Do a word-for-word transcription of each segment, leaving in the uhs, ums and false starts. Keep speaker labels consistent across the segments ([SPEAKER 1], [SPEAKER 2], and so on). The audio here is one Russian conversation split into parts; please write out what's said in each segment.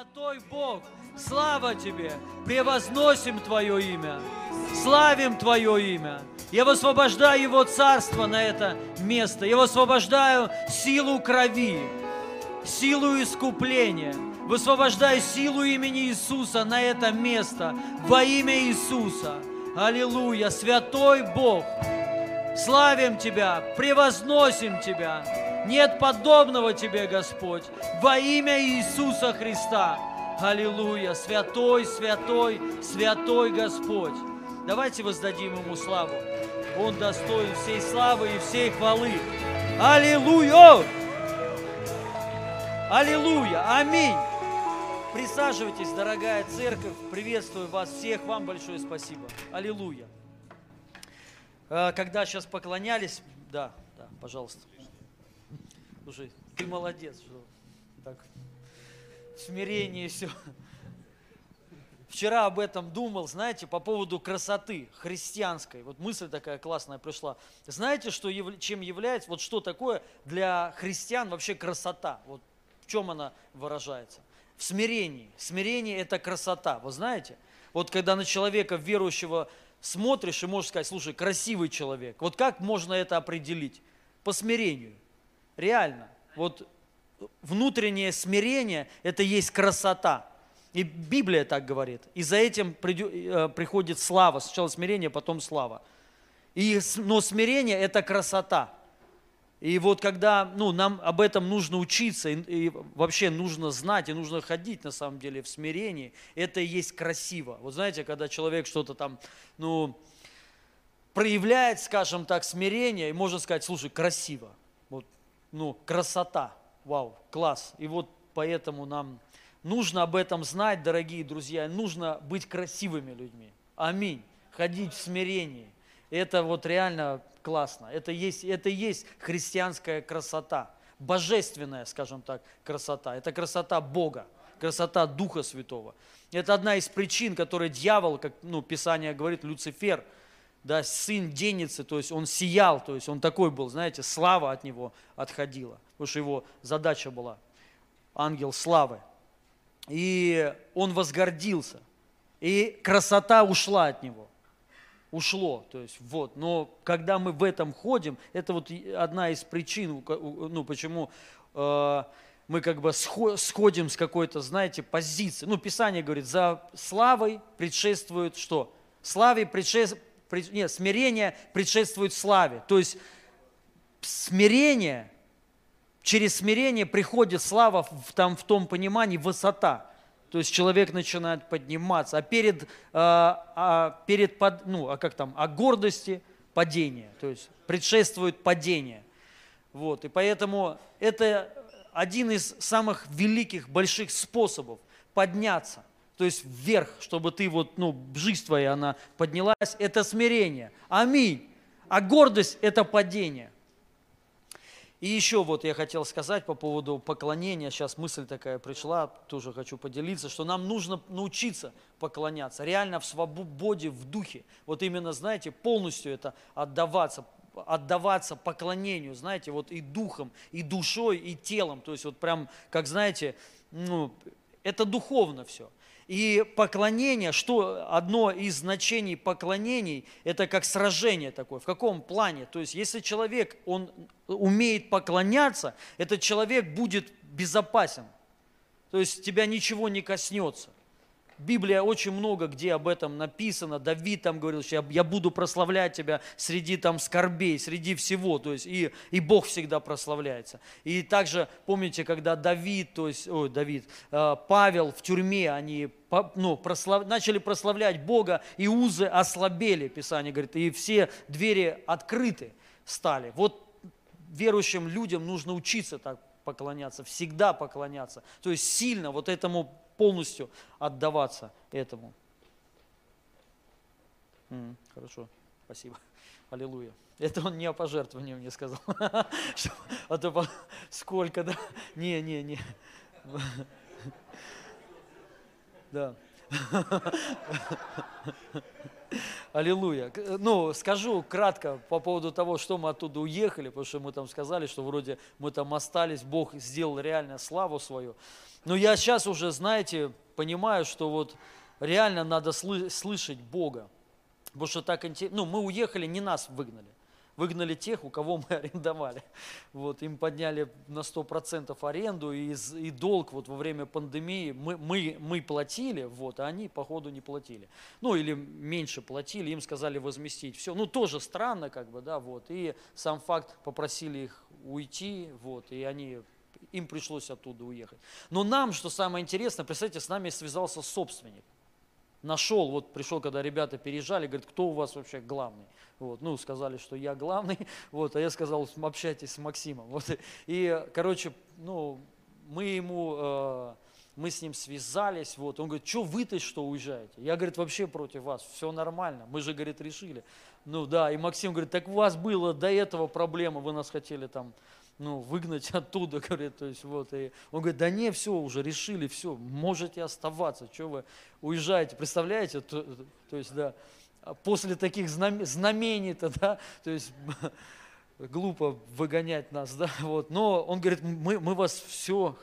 [SPEAKER 1] Святой Бог, слава Тебе, превозносим Твое имя, славим Твое имя. Я высвобождаю Его Царство на это место, я высвобождаю силу крови, силу искупления, высвобождаю силу имени Иисуса на это место во имя Иисуса. Аллилуйя, Святой Бог, славим Тебя, превозносим Тебя. Нет подобного Тебе, Господь, во имя Иисуса Христа. Аллилуйя, святой, святой, святой Господь. Давайте воздадим Ему славу. Он достоин всей славы и всей хвалы. Аллилуйя! Аллилуйя! Аминь! Присаживайтесь, дорогая церковь. Приветствую вас всех. Вам большое спасибо. Аллилуйя! Когда сейчас поклонялись, да, да, пожалуйста. Слушай, ты молодец, что так в смирении все. Вчера об этом думал, знаете, по поводу красоты христианской. Вот мысль такая классная пришла. Знаете, что, чем является, вот что такое для христиан вообще красота? Вот в чем она выражается? В смирении. Смирение – это красота, вы знаете? Вот когда на человека верующего смотришь и можешь сказать, слушай, красивый человек. Вот как можно это определить? По смирению. Реально. Вот внутреннее смирение – это есть красота. И Библия так говорит. И за этим приходит слава. Сначала смирение, потом слава. И, но смирение – это красота. И вот когда ну, нам об этом нужно учиться, и, и вообще нужно знать, и нужно ходить на самом деле в смирении, это и есть красиво. Вот знаете, когда человек что-то там, ну, проявляет, скажем так, смирение, и можно сказать, слушай, красиво. Вот, ну, красота. Вау, класс. И вот поэтому нам нужно об этом знать, дорогие друзья, нужно быть красивыми людьми. Аминь. Ходить в смирении. Это вот реально классно. Это есть, это есть христианская красота. Божественная, скажем так, красота. Это красота Бога, красота Духа Святого. Это одна из причин, которые дьявол, как ну, Писание говорит, Люцифер, да, сын денницы, то есть он сиял, то есть он такой был, знаете, слава от него отходила. Потому что его задача была ангел славы. И он возгордился. И красота ушла от него. Ушло, то есть вот. Но когда мы в этом ходим, это вот одна из причин, ну, почему э, мы как бы сходим с какой-то, знаете, позиции. Ну, Писание говорит, за славой предшествует что? Славе предшествует, нет, смирение предшествует славе. То есть смирение, через смирение приходит слава в, там, в том понимании высота. То есть человек начинает подниматься, а перед, а, а перед под, ну, а как там, а гордости падение, то есть предшествует падение. Вот, и поэтому это один из самых великих, больших способов подняться, то есть вверх, чтобы ты вот, ну, жизнь твоя, она поднялась, это смирение. Аминь. А гордость – это падение. И еще вот я хотел сказать по поводу поклонения, сейчас мысль такая пришла, тоже хочу поделиться, что нам нужно научиться поклоняться, реально в свободе, в духе. Вот именно, знаете, полностью это отдаваться, отдаваться поклонению, знаете, вот и духом, и душой, и телом. То есть вот прям, как знаете, ну, это духовно все. И поклонение, что одно из значений поклонений, это как сражение такое. В каком плане? То есть, если человек, он умеет поклоняться, этот человек будет безопасен. То есть, тебя ничего не коснется. Библия очень много где об этом написано. Давид там говорил, что я, я буду прославлять тебя среди там скорбей, среди всего. То есть и, и Бог всегда прославляется. И также помните, когда Давид, то есть, ой, Давид, э, Павел в тюрьме, они ну, прослав, начали прославлять Бога, и узы ослабели, Писание говорит, и все двери открыты стали. Вот верующим людям нужно учиться так поклоняться, всегда поклоняться. То есть сильно вот этому полностью отдаваться этому. М, хорошо, спасибо. Аллилуйя. Это он не о пожертвовании мне сказал. А то сколько, да? Не, не, не. Да. Аллилуйя. Ну, скажу кратко по поводу того, что мы оттуда уехали, потому что мы там сказали, что вроде мы там остались, Бог сделал реально славу свою. Но я сейчас уже, знаете, понимаю, что вот реально надо сл- слышать Бога. Потому что так интересно. Ну, мы уехали, не нас выгнали. Выгнали тех, у кого мы арендовали. Вот, им подняли на сто процентов аренду, и, и долг вот во время пандемии мы, мы, мы платили, вот, а они, походу, не платили. Ну, или меньше платили, им сказали возместить. Все, ну, тоже странно, как бы, да, вот. И сам факт, попросили их уйти, вот, и они, им пришлось оттуда уехать. Но нам, что самое интересное, представьте, с нами связался собственник. Нашел, вот пришел, когда ребята переезжали, говорит, кто у вас вообще главный? Вот, ну, сказали, что я главный, вот, а я сказал, общайтесь с Максимом. Вот, и, короче, ну, мы ему, э, мы с ним связались, вот, он говорит, что вы-то что уезжаете? Я, говорит, вообще против вас, все нормально, мы же, говорит, решили. Ну да, и Максим говорит, так у вас было до этого проблема, вы нас хотели там, ну, выгнать оттуда, говорит, то есть вот, и он говорит, да не, все, уже решили, все, можете оставаться, что вы уезжаете, представляете, то, то есть, да, после таких знамений-то, да, то есть, глупо выгонять нас, да, вот, но он говорит, мы, мы вас все,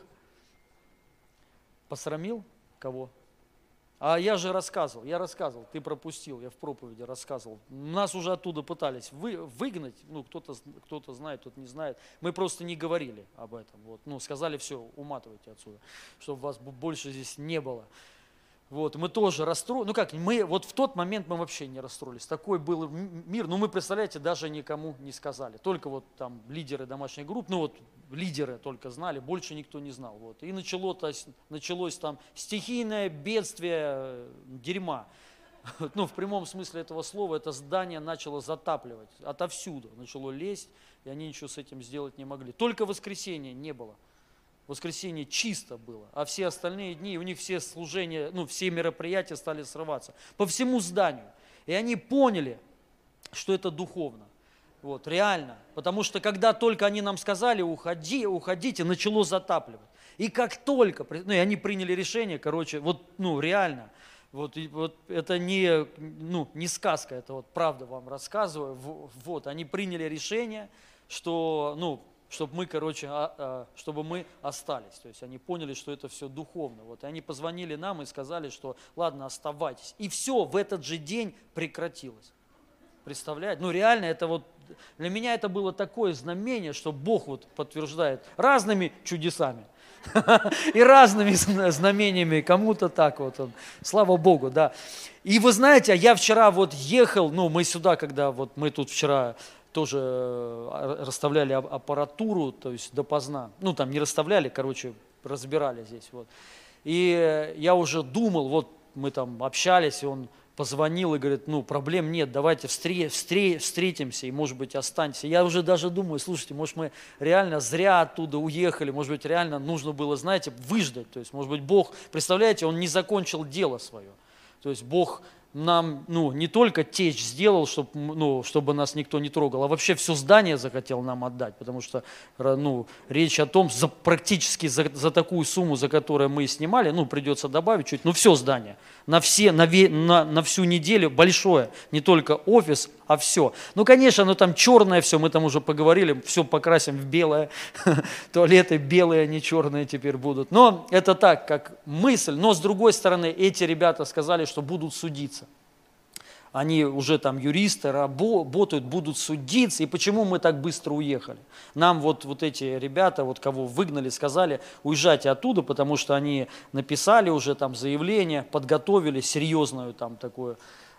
[SPEAKER 1] посрамил, кого? А я же рассказывал, я рассказывал, ты пропустил, я в проповеди рассказывал. Нас уже оттуда пытались вы, выгнать, ну, кто-то, кто-то знает, кто-то не знает. Мы просто не говорили об этом. Вот. Ну, сказали, все, уматывайте отсюда, чтобы вас больше здесь не было. Вот, мы тоже расстроились, ну как, мы вот в тот момент мы вообще не расстроились, такой был мир, ну мы, представляете, даже никому не сказали, только вот там лидеры домашних групп, ну вот лидеры только знали, больше никто не знал, вот, и началось, началось там стихийное бедствие дерьма, ну в прямом смысле этого слова, это здание начало затапливать, отовсюду начало лезть, и они ничего с этим сделать не могли, только воскресенья не было. Воскресенье чисто было, а все остальные дни, у них все служения, ну, все мероприятия стали срываться по всему зданию. И они поняли, что это духовно, вот, реально. Потому что когда только они нам сказали, уходи, уходите, начало затапливать. И как только, ну, и они приняли решение, короче, вот, ну, реально, вот, и, вот это не, ну, не сказка, это вот правда вам рассказываю, вот, они приняли решение, что, ну, чтобы мы, короче, а, а, чтобы мы остались. То есть они поняли, что это все духовно. Вот, и они позвонили нам и сказали, что ладно, оставайтесь. И все в этот же день прекратилось. Представляете? Ну реально, это вот, для меня это было такое знамение, что Бог вот подтверждает разными чудесами и разными знамениями, кому-то так вот. Он. Слава Богу, да. И вы знаете, я вчера вот ехал, ну мы сюда, когда вот мы тут вчера тоже расставляли аппаратуру, то есть допоздна. Ну, там не расставляли, короче, разбирали здесь. Вот. И я уже думал, вот мы там общались, и он позвонил и говорит, ну, проблем нет, давайте встре- встре- встретимся и, может быть, останемся. Я уже даже думаю, слушайте, может, мы реально зря оттуда уехали, может быть, реально нужно было, знаете, выждать. То есть, может быть, Бог, представляете, Он не закончил дело свое. То есть, Бог нам, ну, не только течь сделал, чтобы, ну, чтобы нас никто не трогал, а вообще все здание захотел нам отдать, потому что, ну, речь о том, за, практически за, за такую сумму, за которую мы снимали, ну, придется добавить чуть, ну, все здание, на, все, на, ве, на, на всю неделю большое, не только офис, а все. Ну, конечно, ну, там черное все, мы там уже поговорили, все покрасим в белое, туалеты белые, а не черные теперь будут. Но это так, как мысль, но с другой стороны, эти ребята сказали, что будут судиться. Они уже там юристы, работают, будут судиться. И почему мы так быстро уехали? Нам вот, вот эти ребята, вот кого выгнали, сказали, уезжайте оттуда, потому что они написали уже там заявление, подготовили серьезную там такую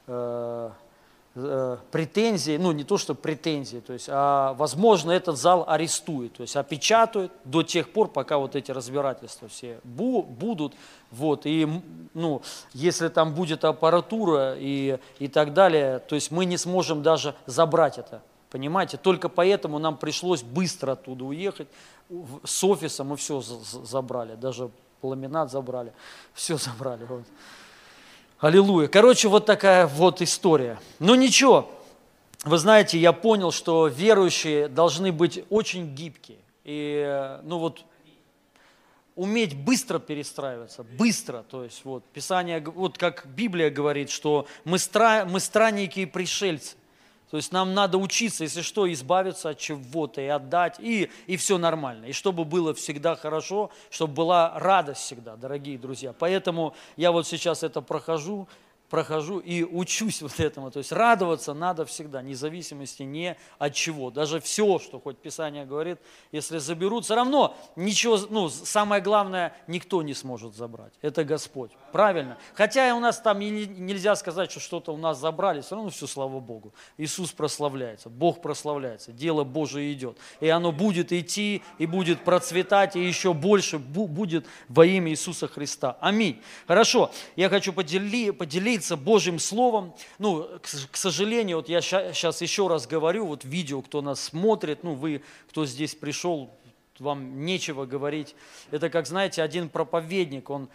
[SPEAKER 1] э, э, претензии, ну не то что претензии, то есть, а возможно этот зал арестуют, то есть опечатают до тех пор, пока вот эти разбирательства все бу- будут. Вот, и, ну, если там будет аппаратура и, и так далее, то есть мы не сможем даже забрать это, понимаете? Только поэтому нам пришлось быстро оттуда уехать, с офиса мы все забрали, даже ламинат забрали, все забрали. Вот. Аллилуйя. Короче, вот такая вот история. Но ничего, вы знаете, я понял, что верующие должны быть очень гибкие. И, ну вот, уметь быстро перестраиваться, быстро. То есть вот Писание, вот как Библия говорит, что мы, стра, мы странники и пришельцы. То есть нам надо учиться, если что, избавиться от чего-то и отдать, и, и все нормально. И чтобы было всегда хорошо, чтобы была радость всегда, дорогие друзья. Поэтому я вот сейчас это прохожу, прохожу и учусь вот этому. То есть радоваться надо всегда, независимости ни от чего. Даже все, что хоть Писание говорит, если заберут, все равно ничего, ну, самое главное, никто не сможет забрать. Это Господь. Правильно? Хотя у нас там и нельзя сказать, что что-то у нас забрали, все равно все, слава Богу. Иисус прославляется, Бог прославляется, дело Божие идет. И оно будет идти, и будет процветать, и еще больше будет во имя Иисуса Христа. Аминь. Хорошо, я хочу подели, поделиться Божьим Словом. Ну, к, к сожалению, вот я сейчас еще раз говорю, вот видео, кто нас смотрит, ну, вы, кто здесь пришел, вам нечего говорить. Это как, знаете, один проповедник, он...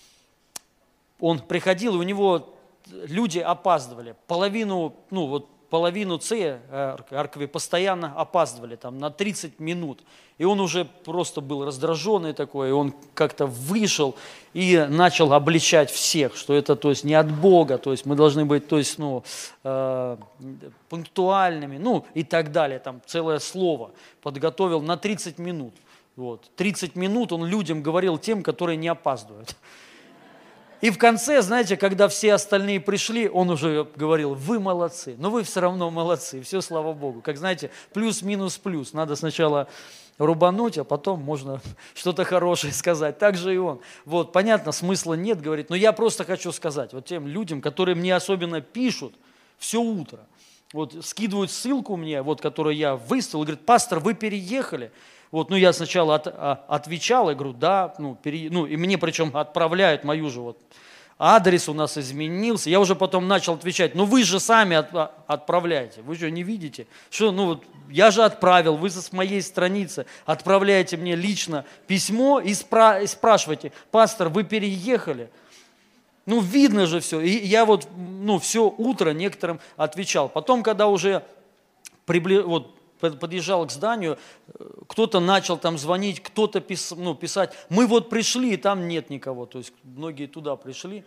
[SPEAKER 1] Он приходил, и у него люди опаздывали. Половину, ну вот половину церкви постоянно опаздывали, там на тридцать минут. И он уже просто был раздраженный такой, и он как-то вышел и начал обличать всех, что это, то есть, не от Бога, то есть мы должны быть, то есть, ну, э, пунктуальными, ну и так далее. Там целое слово подготовил на тридцать минут. Вот. тридцать минут он людям говорил тем, которые не опаздывают. И в конце, знаете, когда все остальные пришли, он уже говорил, вы молодцы, но вы все равно молодцы, все слава Богу. Как, знаете, плюс-минус-плюс. Надо сначала рубануть, а потом можно что-то хорошее сказать. Так же и он. Вот, понятно, смысла нет, говорит, но я просто хочу сказать вот тем людям, которые мне особенно пишут все утро, вот скидывают ссылку мне, вот, которую я выставил, говорит, пастор, вы переехали. Вот, ну, я сначала от, а, отвечал, я говорю, да, ну, пере, ну, и мне причем отправляют мою же вот адрес у нас изменился. Я уже потом начал отвечать, ну, вы же сами от, а, отправляете, вы же не видите, что, ну, вот, я же отправил, вы с моей страницы отправляете мне лично письмо и, спра, и спрашиваете, пастор, вы переехали? Ну, видно же все. И я вот, ну, все утро некоторым отвечал. Потом, когда уже прибли... вот, подъезжал к зданию, кто-то начал там звонить, кто-то пис, ну, писать, мы вот пришли, и там нет никого, то есть многие туда пришли.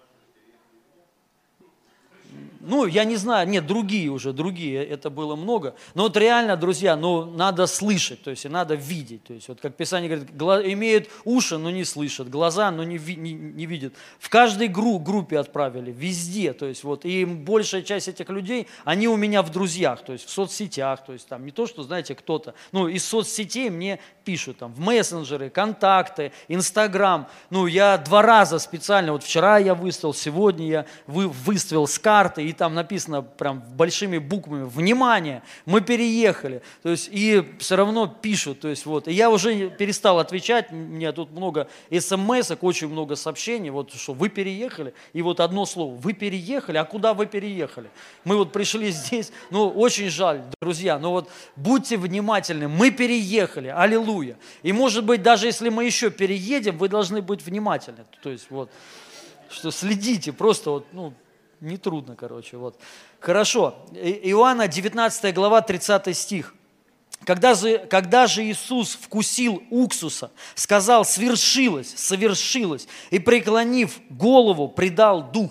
[SPEAKER 1] Ну, я не знаю, нет, другие уже, другие, это было много. Но вот реально, друзья, ну, надо слышать, то есть и надо видеть. То есть вот как Писание говорит, гла- имеют уши, но не слышат, глаза, но не, ви- не, не видят. В каждой гру- группе отправили, везде. То есть вот, и большая часть этих людей, они у меня в друзьях, то есть в соцсетях. То есть там не то, что, знаете, кто-то, ну, из соцсетей мне пишут, там, в мессенджеры, контакты, Инстаграм. Ну, я два раза специально, вот вчера я выставил, сегодня я вы, выставил с карты, и там написано прям большими буквами «Внимание! Мы переехали!» То есть и все равно пишут. То есть, вот. И я уже перестал отвечать, у меня тут много смс-ок, очень много сообщений, вот что вы переехали, и вот одно слово «Вы переехали?» А куда вы переехали? Мы вот пришли здесь, ну очень жаль, друзья, но вот будьте внимательны, мы переехали, аллилуйя. И может быть даже если мы еще переедем, вы должны быть внимательны. То есть вот, что следите, просто вот, ну, нетрудно, короче, вот. Хорошо. Иоанна девятнадцатая глава, тридцатый стих. Когда же, когда же Иисус вкусил уксуса, сказал, свершилось, совершилось, и, преклонив голову, предал дух.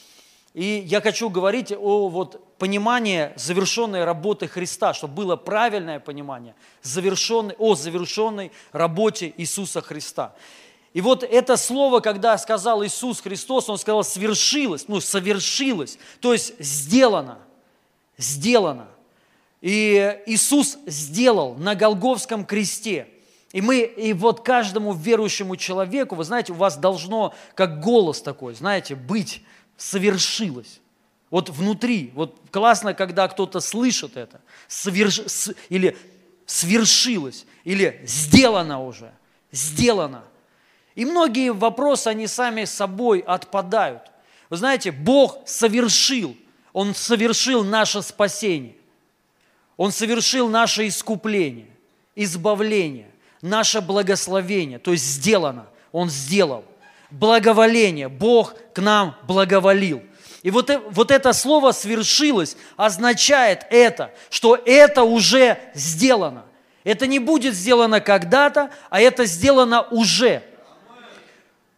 [SPEAKER 1] И я хочу говорить о вот, понимании завершенной работы Христа, чтобы было правильное понимание завершенной, о завершенной работе Иисуса Христа. И вот это слово, когда сказал Иисус Христос, Он сказал «свершилось», ну, «совершилось», то есть «сделано», «сделано». И Иисус сделал на Голгофском кресте. И мы, и вот каждому верующему человеку, вы знаете, у вас должно, как голос такой, знаете, быть «совершилось». Вот внутри, вот классно, когда кто-то слышит это, соверш... или «свершилось», или «сделано уже», «сделано». И многие вопросы, они сами собой отпадают. Вы знаете, Бог совершил, Он совершил наше спасение, Он совершил наше искупление, избавление, наше благословение, то есть сделано, Он сделал. Благоволение, Бог к нам благоволил. И вот, вот это слово «свершилось» означает это, что это уже сделано. Это не будет сделано когда-то, а это сделано уже.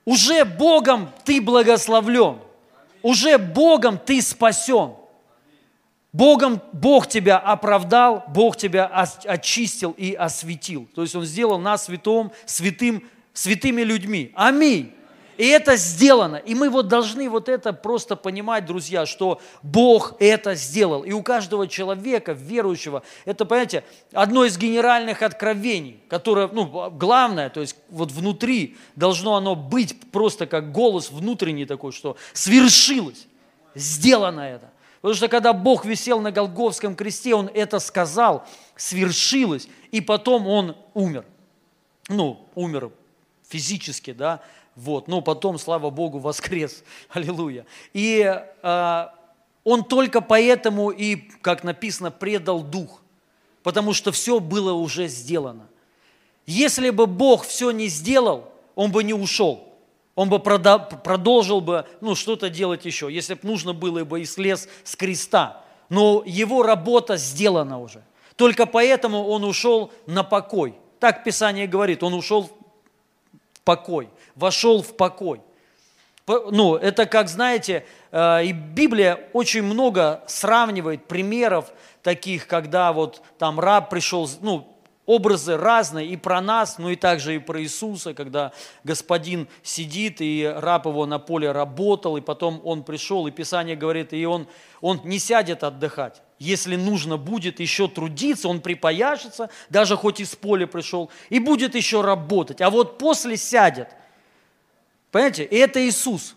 [SPEAKER 1] Уже Богом ты благословлен. Уже Богом ты спасен. Богом, Бог тебя оправдал, Бог тебя очистил и осветил. То есть Он сделал нас святым, святым, святыми людьми. Аминь. И это сделано. И мы вот должны вот это просто понимать, друзья, что Бог это сделал. И у каждого человека, верующего, это, понимаете, одно из генеральных откровений, которое, ну, главное, то есть вот внутри должно оно быть просто как голос внутренний такой, что свершилось, сделано это. Потому что когда Бог висел на Голгофском кресте, Он это сказал, свершилось, и потом Он умер. Ну, умер физически, да, вот, но потом, слава Богу, воскрес, аллилуйя. И э, Он только поэтому и, как написано, предал дух, потому что все было уже сделано. Если бы Бог все не сделал, Он бы не ушел. Он бы продолжил бы, ну, что-то делать еще, если бы нужно было бы и слез с креста. Но его работа сделана уже. Только поэтому он ушел на покой. Так Писание говорит, он ушел в покой, вошел в покой. Ну, это как, знаете, и Библия очень много сравнивает примеров таких, когда вот там раб пришел, ну, образы разные и про нас, но и также и про Иисуса, когда господин сидит, и раб его на поле работал, и потом он пришел, и Писание говорит, и он, он не сядет отдыхать. Если нужно будет еще трудиться, он припояшется, даже хоть из поля пришел, и будет еще работать. А вот после сядет. Понимаете? И это Иисус.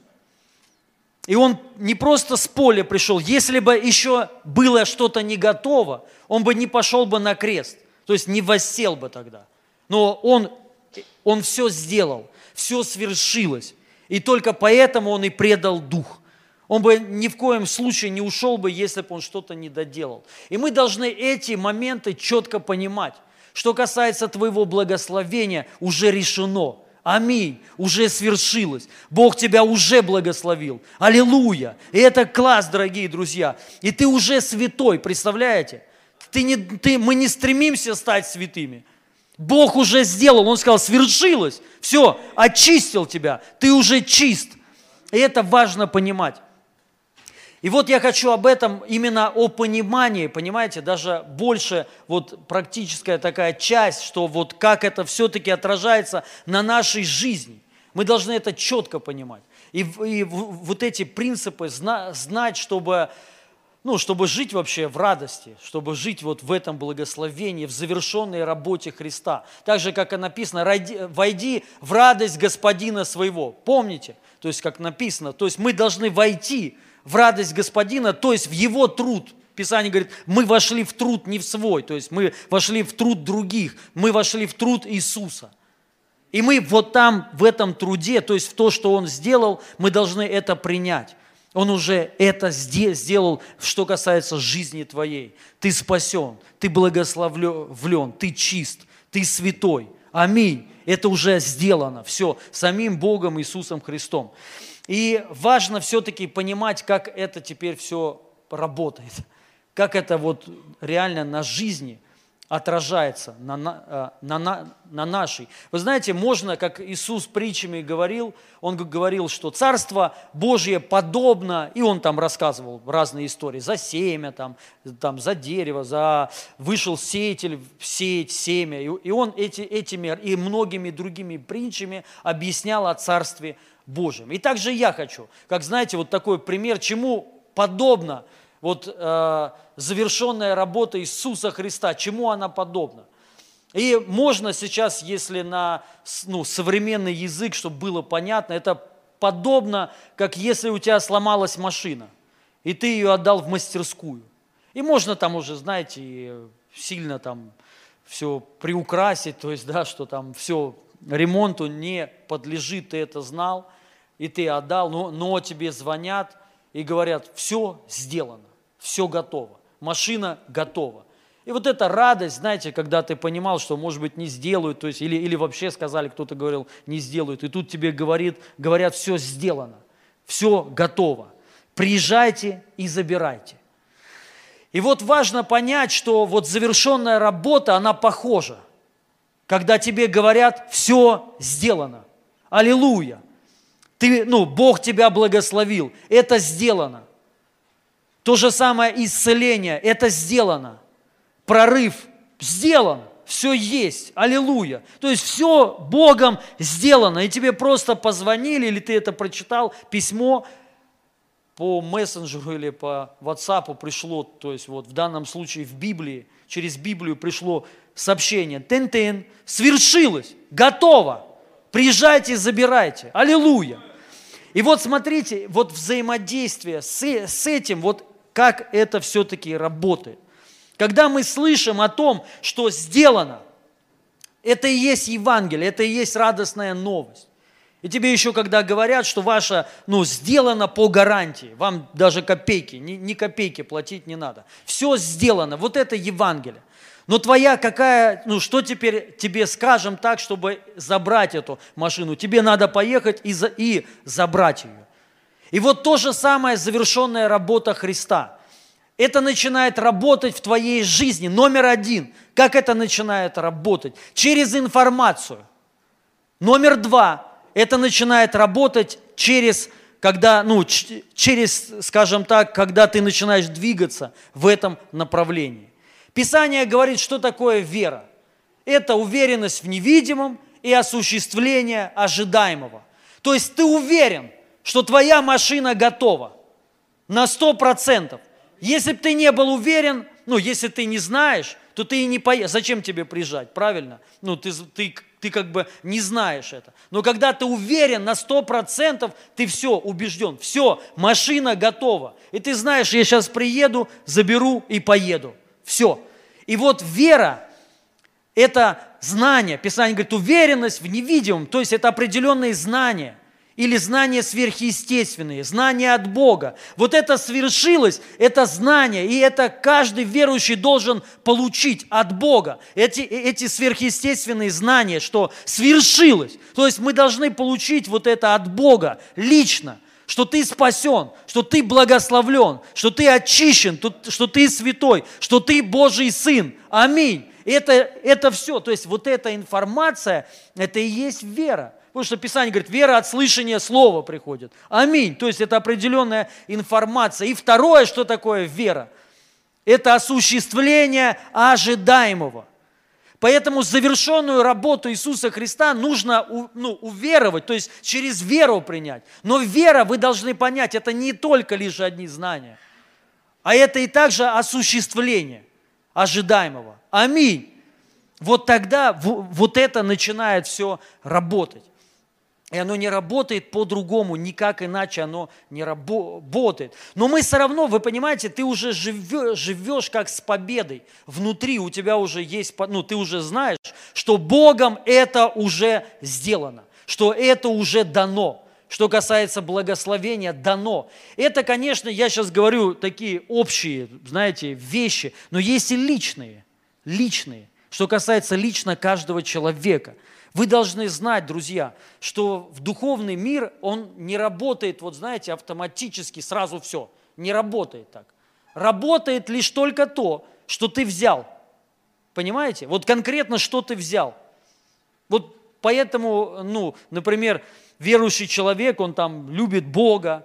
[SPEAKER 1] И он не просто с поля пришел. Если бы еще было что-то не готово, он бы не пошел бы на крест. То есть не воссел бы тогда. Но он, он все сделал, все свершилось. И только поэтому он и предал дух. Он бы ни в коем случае не ушел бы, если бы он что-то не доделал. И мы должны эти моменты четко понимать. Что касается твоего благословения, уже решено. Аминь. Уже свершилось. Бог тебя уже благословил. Аллилуйя. И это класс, дорогие друзья. И ты уже святой, представляете? Ты не, ты, мы не стремимся стать святыми. Бог уже сделал, Он сказал, свершилось, все, очистил тебя, ты уже чист. И это важно понимать. И вот я хочу об этом, именно о понимании, понимаете, даже больше вот практическая такая часть, что вот как это все-таки отражается на нашей жизни. Мы должны это четко понимать. И, и вот эти принципы зна, знать, чтобы... Ну, чтобы жить вообще в радости, чтобы жить вот в этом благословении, в завершенной работе Христа. Так же, как и написано, войди в радость Господина своего. Помните? То есть, как написано, то есть мы должны войти в радость Господина, то есть в Его труд. Писание говорит, мы вошли в труд не в свой, то есть мы вошли в труд других, мы вошли в труд Иисуса. И мы вот там, в этом труде, то есть в то, что Он сделал, мы должны это принять. Он уже это сделал, что касается жизни твоей. Ты спасен, ты благословлен, ты чист, ты святой. Аминь. Это уже сделано. Все, самим Богом Иисусом Христом. И важно все-таки понимать, как это теперь все работает. Как это вот реально на жизни отражается, на, на, на, на нашей. Вы знаете, можно, как Иисус притчами говорил, Он говорил, что Царство Божье подобно, и Он там рассказывал разные истории, за семя, там, там, за дерево, за вышел сеятель сеять семя. И Он эти, этими и многими другими притчами объяснял о Царстве Божьем. И также я хочу, как знаете, вот такой пример, чему подобно вот э, завершенная работа Иисуса Христа, чему она подобна. И можно сейчас, если на ну, современный язык, чтобы было понятно, это подобно, как если у тебя сломалась машина, и ты ее отдал в мастерскую. И можно там уже, знаете, сильно там все приукрасить, то есть, да, что там все ремонту не подлежит, ты это знал, и ты отдал, но, но тебе звонят и говорят, все сделано. Все готово, машина готова. И вот эта радость, знаете, когда ты понимал, что, может быть, не сделают, то есть, или, или вообще сказали, кто-то говорил, не сделают, и тут тебе говорит, говорят, все сделано, все готово, приезжайте и забирайте. И вот важно понять, что вот завершенная работа, она похожа, когда тебе говорят, все сделано, аллилуйя. Ты, ну, Бог тебя благословил. Это сделано. То же самое исцеление. Это сделано. Прорыв сделан. Все есть. Аллилуйя. То есть все Богом сделано. И тебе просто позвонили, или ты это прочитал, письмо по мессенджеру или по WhatsApp пришло, то есть вот в данном случае в Библии, через Библию пришло сообщение. Тын-тын, свершилось, готово. Приезжайте, забирайте. Аллилуйя. И вот смотрите, вот взаимодействие с, с этим, вот как это все-таки работает. Когда мы слышим о том, что сделано, это и есть Евангелие, это и есть радостная новость. И тебе еще когда говорят, что ваше, ну, сделано по гарантии, вам даже копейки, ни, ни копейки платить не надо. Все сделано, вот это Евангелие. Но твоя какая, ну, что теперь тебе скажем так, чтобы забрать эту машину? Тебе надо поехать и, за, и забрать ее. И вот то же самое завершенная работа Христа. Это начинает работать в твоей жизни. Номер один. Как это начинает работать? Через информацию. Номер два. Это начинает работать через, когда, ну, через, скажем так, когда ты начинаешь двигаться в этом направлении. Писание говорит, что такое вера. Это уверенность в невидимом и осуществление ожидаемого. То есть ты уверен, что твоя машина готова на сто процентов. Если бы ты не был уверен, ну, если ты не знаешь, то ты и не поедешь. Зачем тебе приезжать, правильно? Ну, ты, ты, ты как бы не знаешь это. Но когда ты уверен на сто процентов, ты все, убежден. Все, машина готова. И ты знаешь, я сейчас приеду, заберу и поеду. Все. И вот вера – это знание. Писание говорит, уверенность в невидимом, то есть это определенные знания. Или знания сверхъестественные, знания от Бога. Вот это свершилось, это знание, и это каждый верующий должен получить от Бога. Эти, эти сверхъестественные знания, что свершилось. То есть мы должны получить вот это от Бога лично, что ты спасен, что ты благословлен, что ты очищен, что ты святой, что ты Божий Сын. Аминь. Это, это все, то есть вот эта информация, это и есть вера. Потому что Писание говорит, вера от слышания слова приходит. Аминь. То есть это определенная информация. И второе, что такое вера? Это осуществление ожидаемого. Поэтому завершенную работу Иисуса Христа нужно, ну, уверовать, то есть через веру принять. Но вера, вы должны понять, это не только лишь одни знания, а это и также осуществление ожидаемого. Аминь. Вот тогда вот это начинает все работать. И оно не работает по-другому, никак иначе оно не работает. Но мы все равно, вы понимаете, ты уже живешь, живешь как с победой. Внутри у тебя уже есть, ну ты уже знаешь, что Богом это уже сделано, что это уже дано. Что касается благословения, дано. Это, конечно, я сейчас говорю такие общие, знаете, вещи, но есть и личные, личные, что касается лично каждого человека. Вы должны знать, друзья, что в духовный мир он не работает, вот знаете, автоматически сразу все. Не работает так. Работает лишь только то, что ты взял. Понимаете? Вот конкретно, что ты взял. Вот поэтому, ну, например, верующий человек, он там любит Бога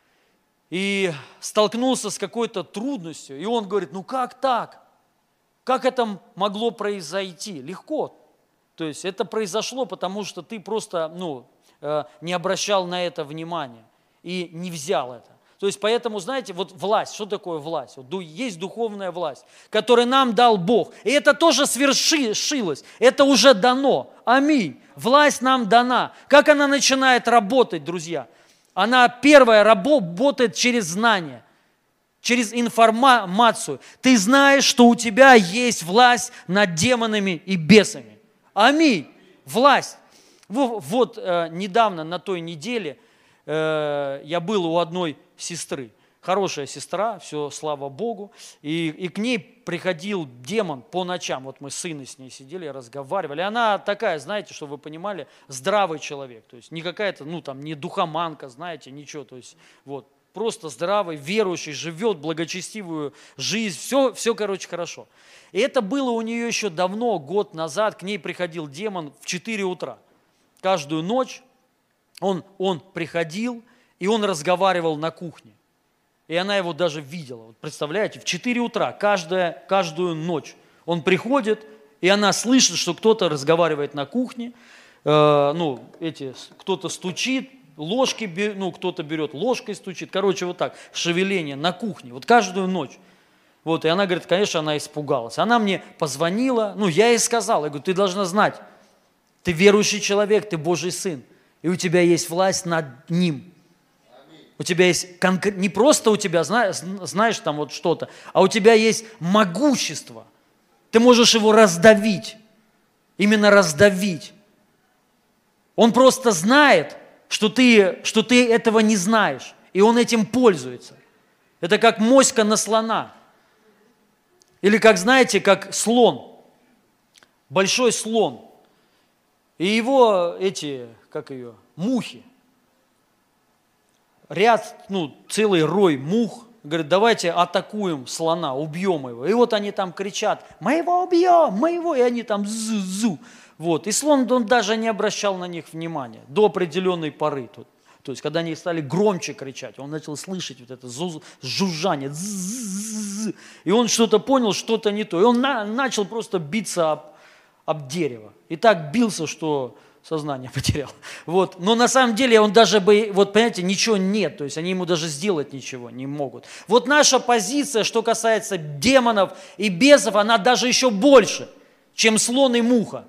[SPEAKER 1] и столкнулся с какой-то трудностью, и он говорит, ну как так? Как это могло произойти? Легко. То есть это произошло, потому что ты просто, ну, не обращал на это внимания и не взял это. То есть поэтому, знаете, вот власть, что такое власть? Вот есть духовная власть, которую нам дал Бог. И это тоже свершилось, это уже дано. Аминь. Власть нам дана. Как она начинает работать, друзья? Она первая работает через знание, через информацию. Ты знаешь, что у тебя есть власть над демонами и бесами. Аминь. Власть. Вот, вот э, недавно, на той неделе, э, я был у одной сестры. Хорошая сестра, все, слава Богу. И, и к ней приходил демон по ночам. Вот мы с сыном с ней сидели, разговаривали. Она такая, знаете, чтобы вы понимали, здравый человек. То есть не какая-то, ну там, не духоманка, знаете, ничего. То есть вот просто здравый, верующий, живет благочестивую жизнь. Все, все, короче, хорошо. И это было у нее еще давно, год назад. К ней приходил демон в четыре утра. Каждую ночь Он, он приходил, и он разговаривал на кухне. И она его даже видела. Вот представляете, в четыре утра, каждая, каждую ночь он приходит, и она слышит, что кто-то разговаривает на кухне, э, ну, эти, кто-то стучит, ложки, ну, кто-то берет ложкой стучит. Короче, вот так, шевеление на кухне, вот каждую ночь. Вот, и она говорит, конечно, она испугалась. Она мне позвонила, ну, я ей сказал, я говорю, ты должна знать, ты верующий человек, ты Божий сын, и у тебя есть власть над ним. У тебя есть, не просто у тебя, знаешь, там вот что-то, а у тебя есть могущество. Ты можешь его раздавить, именно раздавить. Он просто знает, что ты, что ты этого не знаешь, и он этим пользуется. Это как моська на слона. Или как, знаете, как слон, большой слон. И его эти, как ее, мухи, ряд, ну, целый рой мух, говорит, давайте атакуем слона, убьем его. И вот они там кричат, мы его убьем, мы его, и они там зу-зу. Вот. И слон, он даже не обращал на них внимания до определенной поры. Тут. То есть, когда они стали громче кричать, он начал слышать вот это жужжание. И он что-то понял, что-то не то. И он на, начал просто биться об, об дерево. И так бился, что сознание потерял. Вот. Но на самом деле он даже бы, вот понимаете, ничего нет. То есть, они ему даже сделать ничего не могут. Вот наша позиция, что касается демонов и бесов, она даже еще больше, чем слон и муха.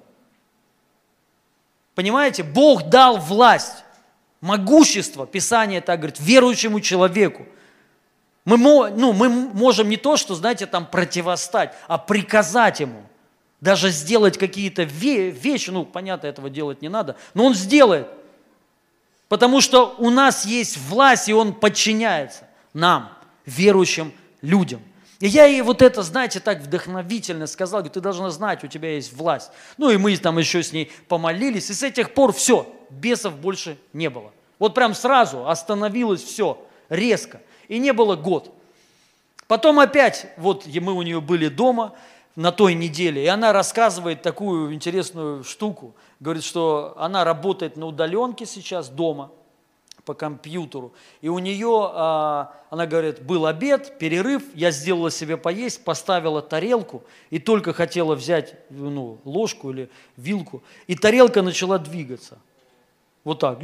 [SPEAKER 1] Понимаете? Бог дал власть. Могущество, Писание так говорит, верующему человеку. Мы, ну, мы можем не то, что, знаете, там противостать, а приказать ему. Даже сделать какие-то вещи, ну, понятно, этого делать не надо, но он сделает. Потому что у нас есть власть, и он подчиняется нам, верующим людям. И я ей вот это, знаете, так вдохновительно сказал, говорю, ты должна знать, у тебя есть власть. Ну и мы там еще с ней помолились, и с этих пор все, бесов больше не было. Вот прям сразу остановилось все, резко. И не было год. Потом опять, вот мы у нее были дома на той неделе, и она рассказывает такую интересную штуку. Говорит, что она работает на удаленке сейчас дома, по компьютеру. И у нее, она говорит, был обед, перерыв, я сделала себе поесть, поставила тарелку и только хотела взять, ну, ложку или вилку, и тарелка начала двигаться. Вот так.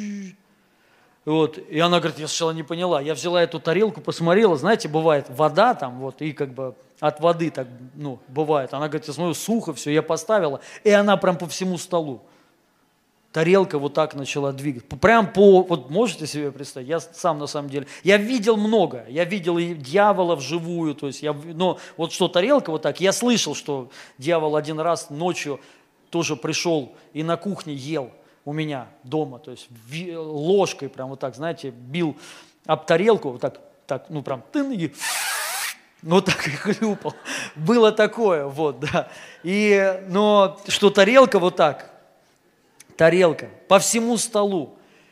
[SPEAKER 1] Вот. И она говорит, я сначала не поняла. Я взяла эту тарелку, посмотрела, знаете, бывает вода там, вот, и как бы от воды так, ну, бывает. Она говорит, я смотрю, сухо все, я поставила, и она прям по всему столу. Тарелка вот так начала двигаться. Прям по, вот можете себе представить, я сам на самом деле, я видел много, я видел и дьявола вживую, то есть я, но вот что тарелка вот так, я слышал, что дьявол один раз ночью тоже пришел и на кухне ел у меня дома, то есть ложкой прям вот так, знаете, бил об тарелку, вот так, так ну прям тын и вот так и хлюпал. Было такое, вот, да. И, но что тарелка вот так, тарелка по всему столу.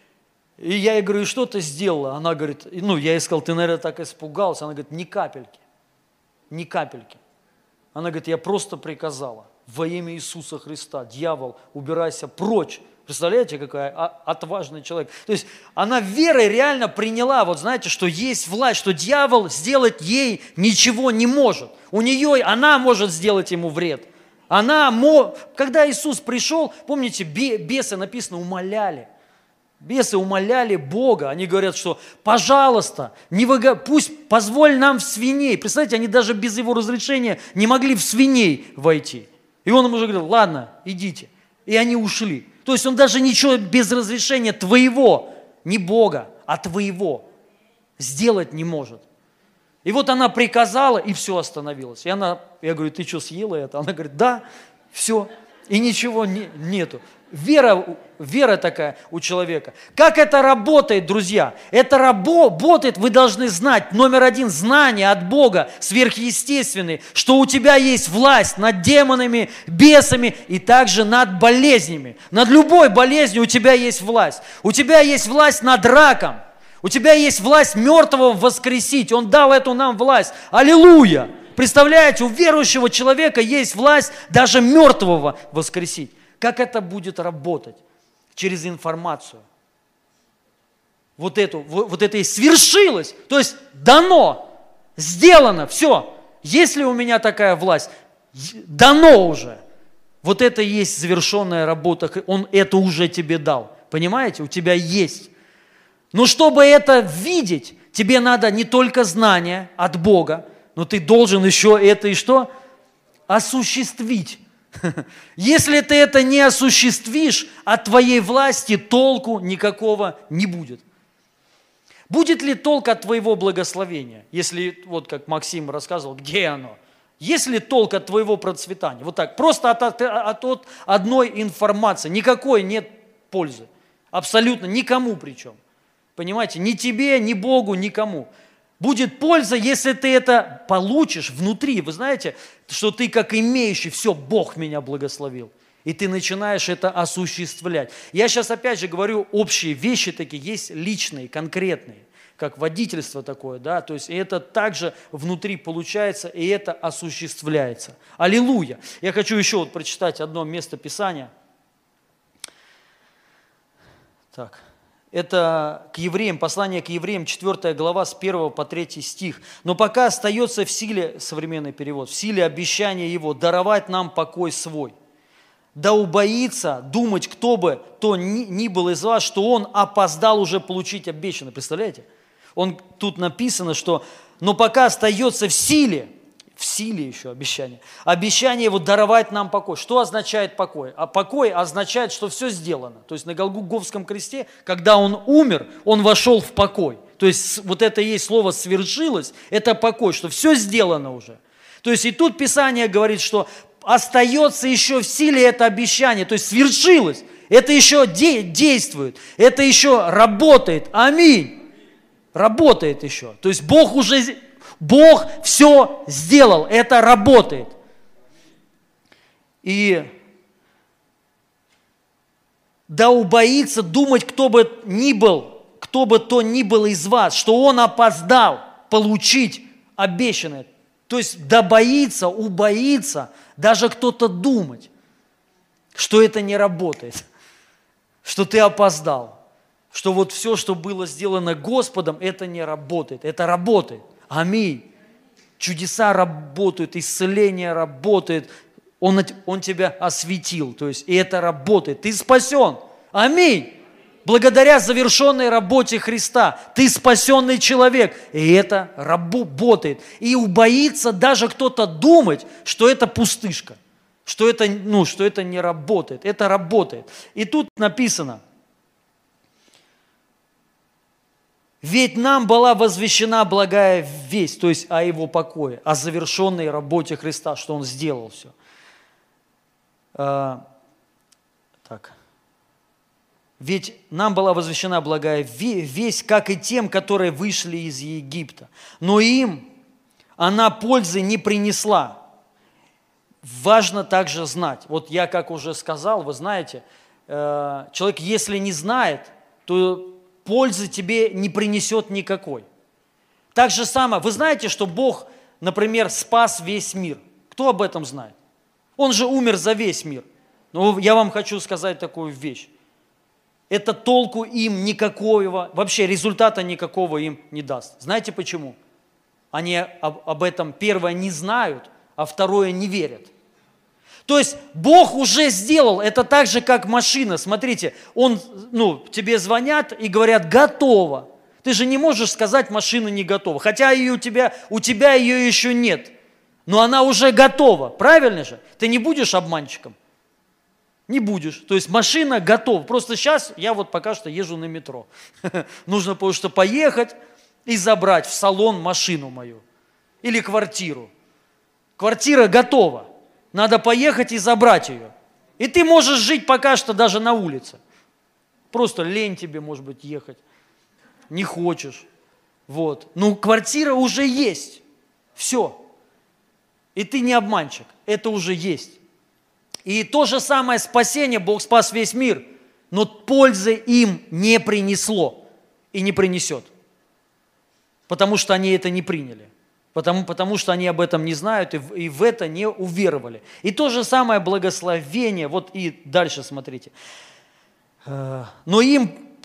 [SPEAKER 1] И я ей говорю, что ты сделала? Она говорит, ну, я ей сказал, ты, наверное, так испугался. Она говорит, ни капельки, ни капельки. Она говорит, я просто приказала во имя Иисуса Христа, дьявол, убирайся прочь. Представляете, какая отважный человек. То есть она верой реально приняла, вот знаете, что есть власть, что дьявол сделать ей ничего не может. У нее, она может сделать ему вред. Она, когда Иисус пришел, помните, бесы, написано, умоляли. Бесы умоляли Бога. Они говорят, что, пожалуйста, не выго... пусть позволь нам в свиней. Представляете, они даже без его разрешения не могли в свиней войти. И он им уже говорил, ладно, идите. И они ушли. То есть он даже ничего без разрешения твоего, не Бога, а твоего, сделать не может. И вот она приказала, и все остановилось. И она, я говорю, ты что, съела это? Она говорит, да, все, и ничего не, нету. Вера, вера такая у человека. Как это работает, друзья? Это работает, вы должны знать, номер один, знание от Бога, сверхъестественное, что у тебя есть власть над демонами, бесами и также над болезнями. Над любой болезнью у тебя есть власть. У тебя есть власть над раком. У тебя есть власть мертвого воскресить. Он дал эту нам власть. Аллилуйя! Представляете, у верующего человека есть власть даже мертвого воскресить. Как это будет работать? Через информацию. вот эту, вот, вот это и свершилось, то есть дано, сделано, все. Если у меня такая власть, дано уже. Вот это и есть завершенная работа, Он это уже тебе дал. Понимаете, у тебя есть. Но чтобы это видеть, тебе надо не только знание от Бога, но ты должен еще это и что? Осуществить. Если ты это не осуществишь, от твоей власти толку никакого не будет. Будет ли толк от твоего благословения, если, вот как Максим рассказывал, где оно? Есть ли толк от твоего процветания? Вот так, просто от, от, от, от одной информации, никакой нет пользы. Абсолютно никому причем. Понимаете, ни тебе, ни Богу, никому. Будет польза, если ты это получишь внутри. Вы знаете, что ты как имеющий, все, Бог меня благословил. И ты начинаешь это осуществлять. Я сейчас опять же говорю, общие вещи такие, есть личные, конкретные, как водительство такое, да, то есть это также внутри получается, и это осуществляется. Аллилуйя! Я хочу еще вот прочитать одно место Писания. Так. Это к евреям, послание к евреям, четвёртая глава, с первого по третий стих. «Но пока остается в силе», современный перевод, «в силе обещания Его даровать нам покой свой, да убоится думать, кто бы то ни, ни был из вас, что он опоздал уже получить обещанное». Представляете? Он, тут написано, что «но пока остается в силе», в силе еще обещание, обещание Его даровать нам покой. Что означает покой? А покой означает, что все сделано. То есть на Голгофском кресте, когда Он умер, Он вошел в покой. То есть вот это и есть слово «свершилось», это покой, что все сделано уже. То есть и тут Писание говорит, что остается еще в силе это обещание, то есть свершилось, это еще де- действует, это еще работает. Аминь. Работает еще. То есть Бог уже... Бог все сделал, это работает. И да убоится думать, кто бы ни был, кто бы то ни был из вас, что он опоздал получить обещанное. То есть да боится, убоится даже кто-то думать, что это не работает, что ты опоздал, что вот все, что было сделано Господом, это не работает, это работает. Аминь. Чудеса работают, исцеление работает. Он, он тебя осветил. То есть, и это работает. Ты спасен. Аминь. Благодаря завершенной работе Христа. Ты спасенный человек. И это работает. И убоится даже кто-то думать, что это пустышка. Что это, ну, что это не работает. Это работает. И тут написано: ведь нам была возвещена благая весть, то есть о Его покое, о завершенной работе Христа, что Он сделал все. А, так. Ведь нам была возвещена благая весть, как и тем, которые вышли из Египта. Но им она пользы не принесла. Важно также знать. Вот я, как уже сказал, вы знаете, человек, если не знает, то пользы тебе не принесет никакой. Так же самое, вы знаете, что Бог, например, спас весь мир. Кто об этом знает? Он же умер за весь мир. Но я вам хочу сказать такую вещь. Это толку им никакого, вообще результата никакого им не даст. Знаете почему? Они об, об этом, первое, не знают, а второе, не верят. То есть Бог уже сделал, это так же, как машина. Смотрите, он, ну, тебе звонят и говорят: готово. Ты же не можешь сказать, машина не готова. Хотя ее у, тебя, у тебя ее еще нет. Но она уже готова. Правильно же? Ты не будешь обманщиком? Не будешь. То есть машина готова. Просто сейчас я вот пока что езжу на метро. Нужно просто поехать и забрать в салон машину мою. Или квартиру. Квартира готова. Надо поехать и забрать ее. И ты можешь жить пока что даже на улице. Просто лень тебе, может быть, ехать. Не хочешь. Вот. Ну, квартира уже есть. Все. И ты не обманщик. Это уже есть. И то же самое спасение, Бог спас весь мир, но пользы им не принесло и не принесет. Потому что они это не приняли. Потому, потому что они об этом не знают и в, и в это не уверовали. И то же самое благословение, вот и дальше смотрите. Но им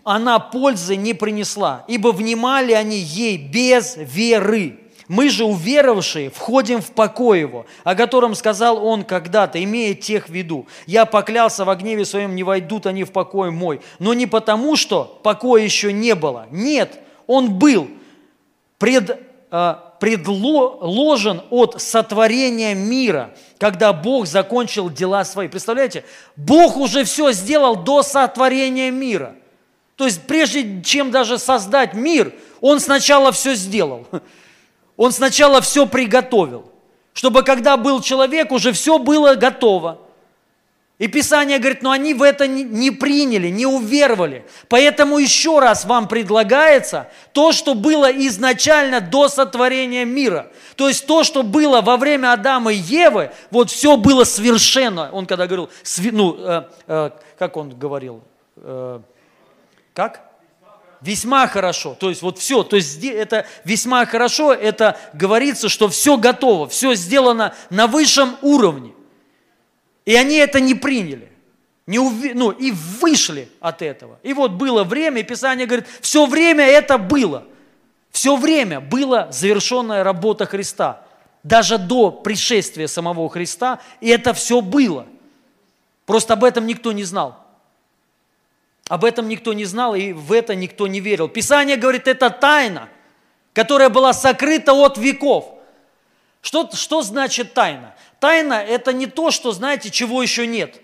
[SPEAKER 1] она пользы не принесла, ибо внимали они ей без веры. Мы же, уверовавшие, входим в покой его, о котором сказал он когда-то, имея тех в виду. Я поклялся во гневе своем, не войдут они в покой мой. Но не потому, что покоя еще не было. Нет, он был пред, э, предложен от сотворения мира, когда Бог закончил дела свои. Представляете, Бог уже все сделал до сотворения мира. То есть прежде чем даже создать мир, Он сначала все сделал. Он сначала все приготовил, чтобы когда был человек, уже все было готово. И Писание говорит, но они в это не приняли, не уверовали. Поэтому еще раз вам предлагается то, что было изначально до сотворения мира. То есть то, что было во время Адама и Евы, вот все было совершенно. Он когда говорил, ну, э, э, как он говорил, э, как? Весьма хорошо, то есть вот все, то есть это весьма хорошо, это говорится, что все готово, все сделано на высшем уровне. И они это не приняли, не ув... ну, и вышли от этого. И вот было время, и Писание говорит, все время это было, все время была завершенная работа Христа, даже до пришествия самого Христа, и это все было. Просто об этом никто не знал. Об этом никто не знал, и в это никто не верил. Писание говорит, это тайна, которая была сокрыта от веков. Что, что значит тайна? Тайна – это не то, что, знаете, чего еще нет.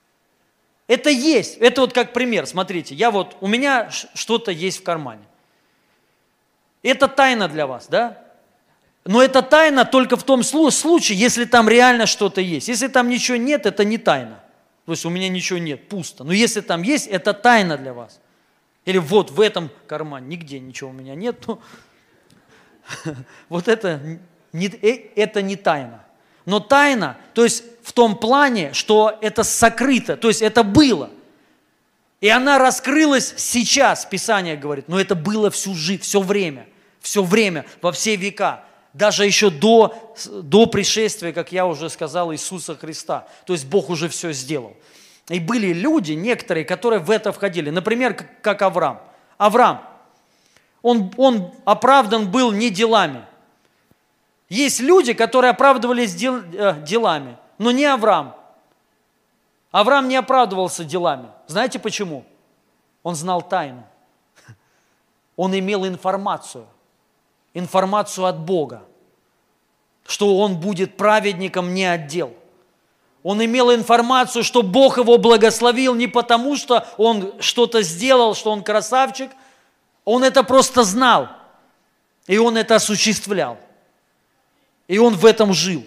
[SPEAKER 1] Это есть. Это вот как пример. Смотрите, я вот, у меня что-то есть в кармане. Это тайна для вас, да? Но это тайна только в том случае, если там реально что-то есть. Если там ничего нет, это не тайна. То есть у меня ничего нет, пусто. Но если там есть, это тайна для вас. Или вот в этом кармане, нигде ничего у меня нет. Вот это не, это не тайна. Но тайна, то есть в том плане, что это сокрыто, то есть это было. И она раскрылась сейчас, Писание говорит, но это было всю жизнь, все время, все время, во все века. Даже еще до, до пришествия, как я уже сказал, Иисуса Христа. То есть Бог уже все сделал. И были люди, некоторые, которые в это входили. Например, как, как Авраам. Авраам, он, он оправдан был не делами. Есть люди, которые оправдывались дел, э, делами, но не Авраам. Авраам не оправдывался делами. Знаете почему? Он знал тайну. Он имел информацию. Информацию от Бога, что он будет праведником не от дел. Он имел информацию, что Бог его благословил не потому, что он что-то сделал, что он красавчик. Он это просто знал, и он это осуществлял. И он в этом жил.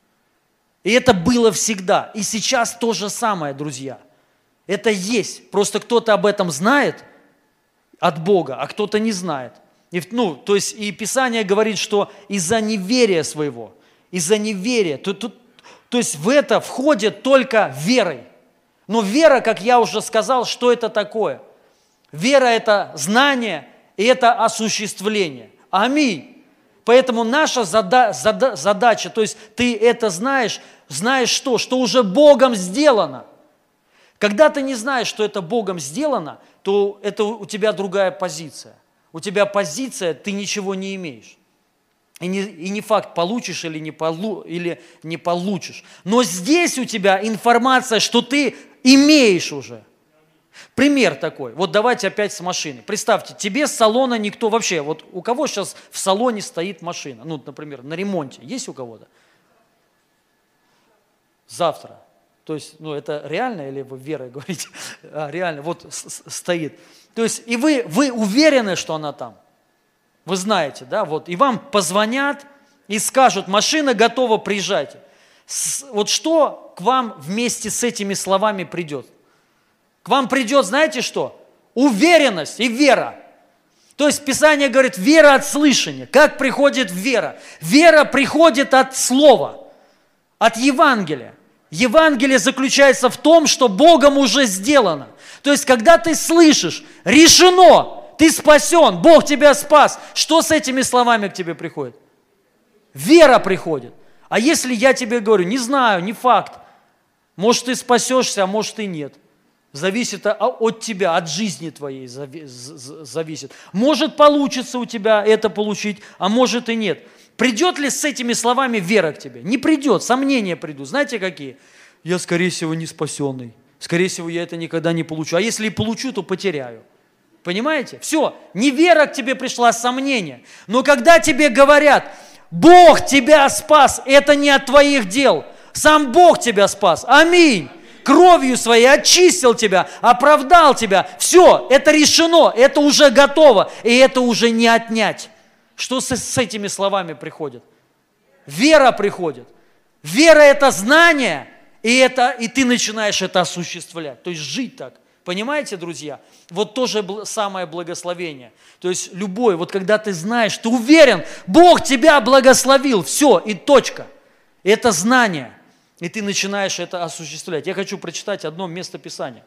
[SPEAKER 1] И это было всегда. И сейчас то же самое, друзья. Это есть. Просто кто-то об этом знает от Бога, а кто-то не знает. И, ну, то есть и Писание говорит, что из-за неверия своего, из-за неверия, то, то, то есть в это входит только верой. Но вера, как я уже сказал, что это такое? Вера – это знание, и это осуществление. Аминь. Поэтому наша зада, зада, задача, то есть ты это знаешь, знаешь что? Что уже Богом сделано. Когда ты не знаешь, что это Богом сделано, то это у тебя другая позиция. У тебя позиция, ты ничего не имеешь. И не, и не факт, получишь или не, полу, или не получишь. Но здесь у тебя информация, что ты имеешь уже. Пример такой. Вот давайте опять с машины. Представьте, тебе с салона никто вообще... Вот у кого сейчас в салоне стоит машина? Ну, например, на ремонте. Есть у кого-то? Завтра. То есть, ну, это реально или вы верой говорите? А, реально, вот стоит. То есть, и вы, вы уверены, что она там? Вы знаете, да? Вот, и вам позвонят и скажут, машина готова, приезжайте. С, вот что к вам вместе с этими словами придет? К вам придет, знаете что? Уверенность и вера. То есть, Писание говорит, вера от слышания. Как приходит вера? Вера приходит от слова, от Евангелия. Евангелие заключается в том, что Богом уже сделано. То есть, когда ты слышишь, решено, ты спасен, Бог тебя спас, что с этими словами к тебе приходит? Вера приходит. А если я тебе говорю, не знаю, не факт, может ты спасешься, а может и нет. Зависит от тебя, от жизни твоей зависит. Может получится у тебя это получить, а может и нет. Придет ли с этими словами вера к тебе? Не придет, сомнения придут. Знаете какие? Я, скорее всего, не спасенный. Скорее всего, я это никогда не получу. А если и получу, то потеряю. Понимаете? Все, не вера к тебе пришла, а сомнение. Но когда тебе говорят, Бог тебя спас, это не от твоих дел. Сам Бог тебя спас. Аминь. Кровью своей очистил тебя, оправдал тебя. Все, это решено, это уже готово, и это уже не отнять. Что с, с этими словами приходит? Вера приходит. Вера – это знание, и, это, и ты начинаешь это осуществлять, то есть жить так. Понимаете, друзья? Вот тоже самое благословение. То есть любой, вот когда ты знаешь, ты уверен, Бог тебя благословил, все, и точка. Это знание. И ты начинаешь это осуществлять. Я хочу прочитать одно место Писания.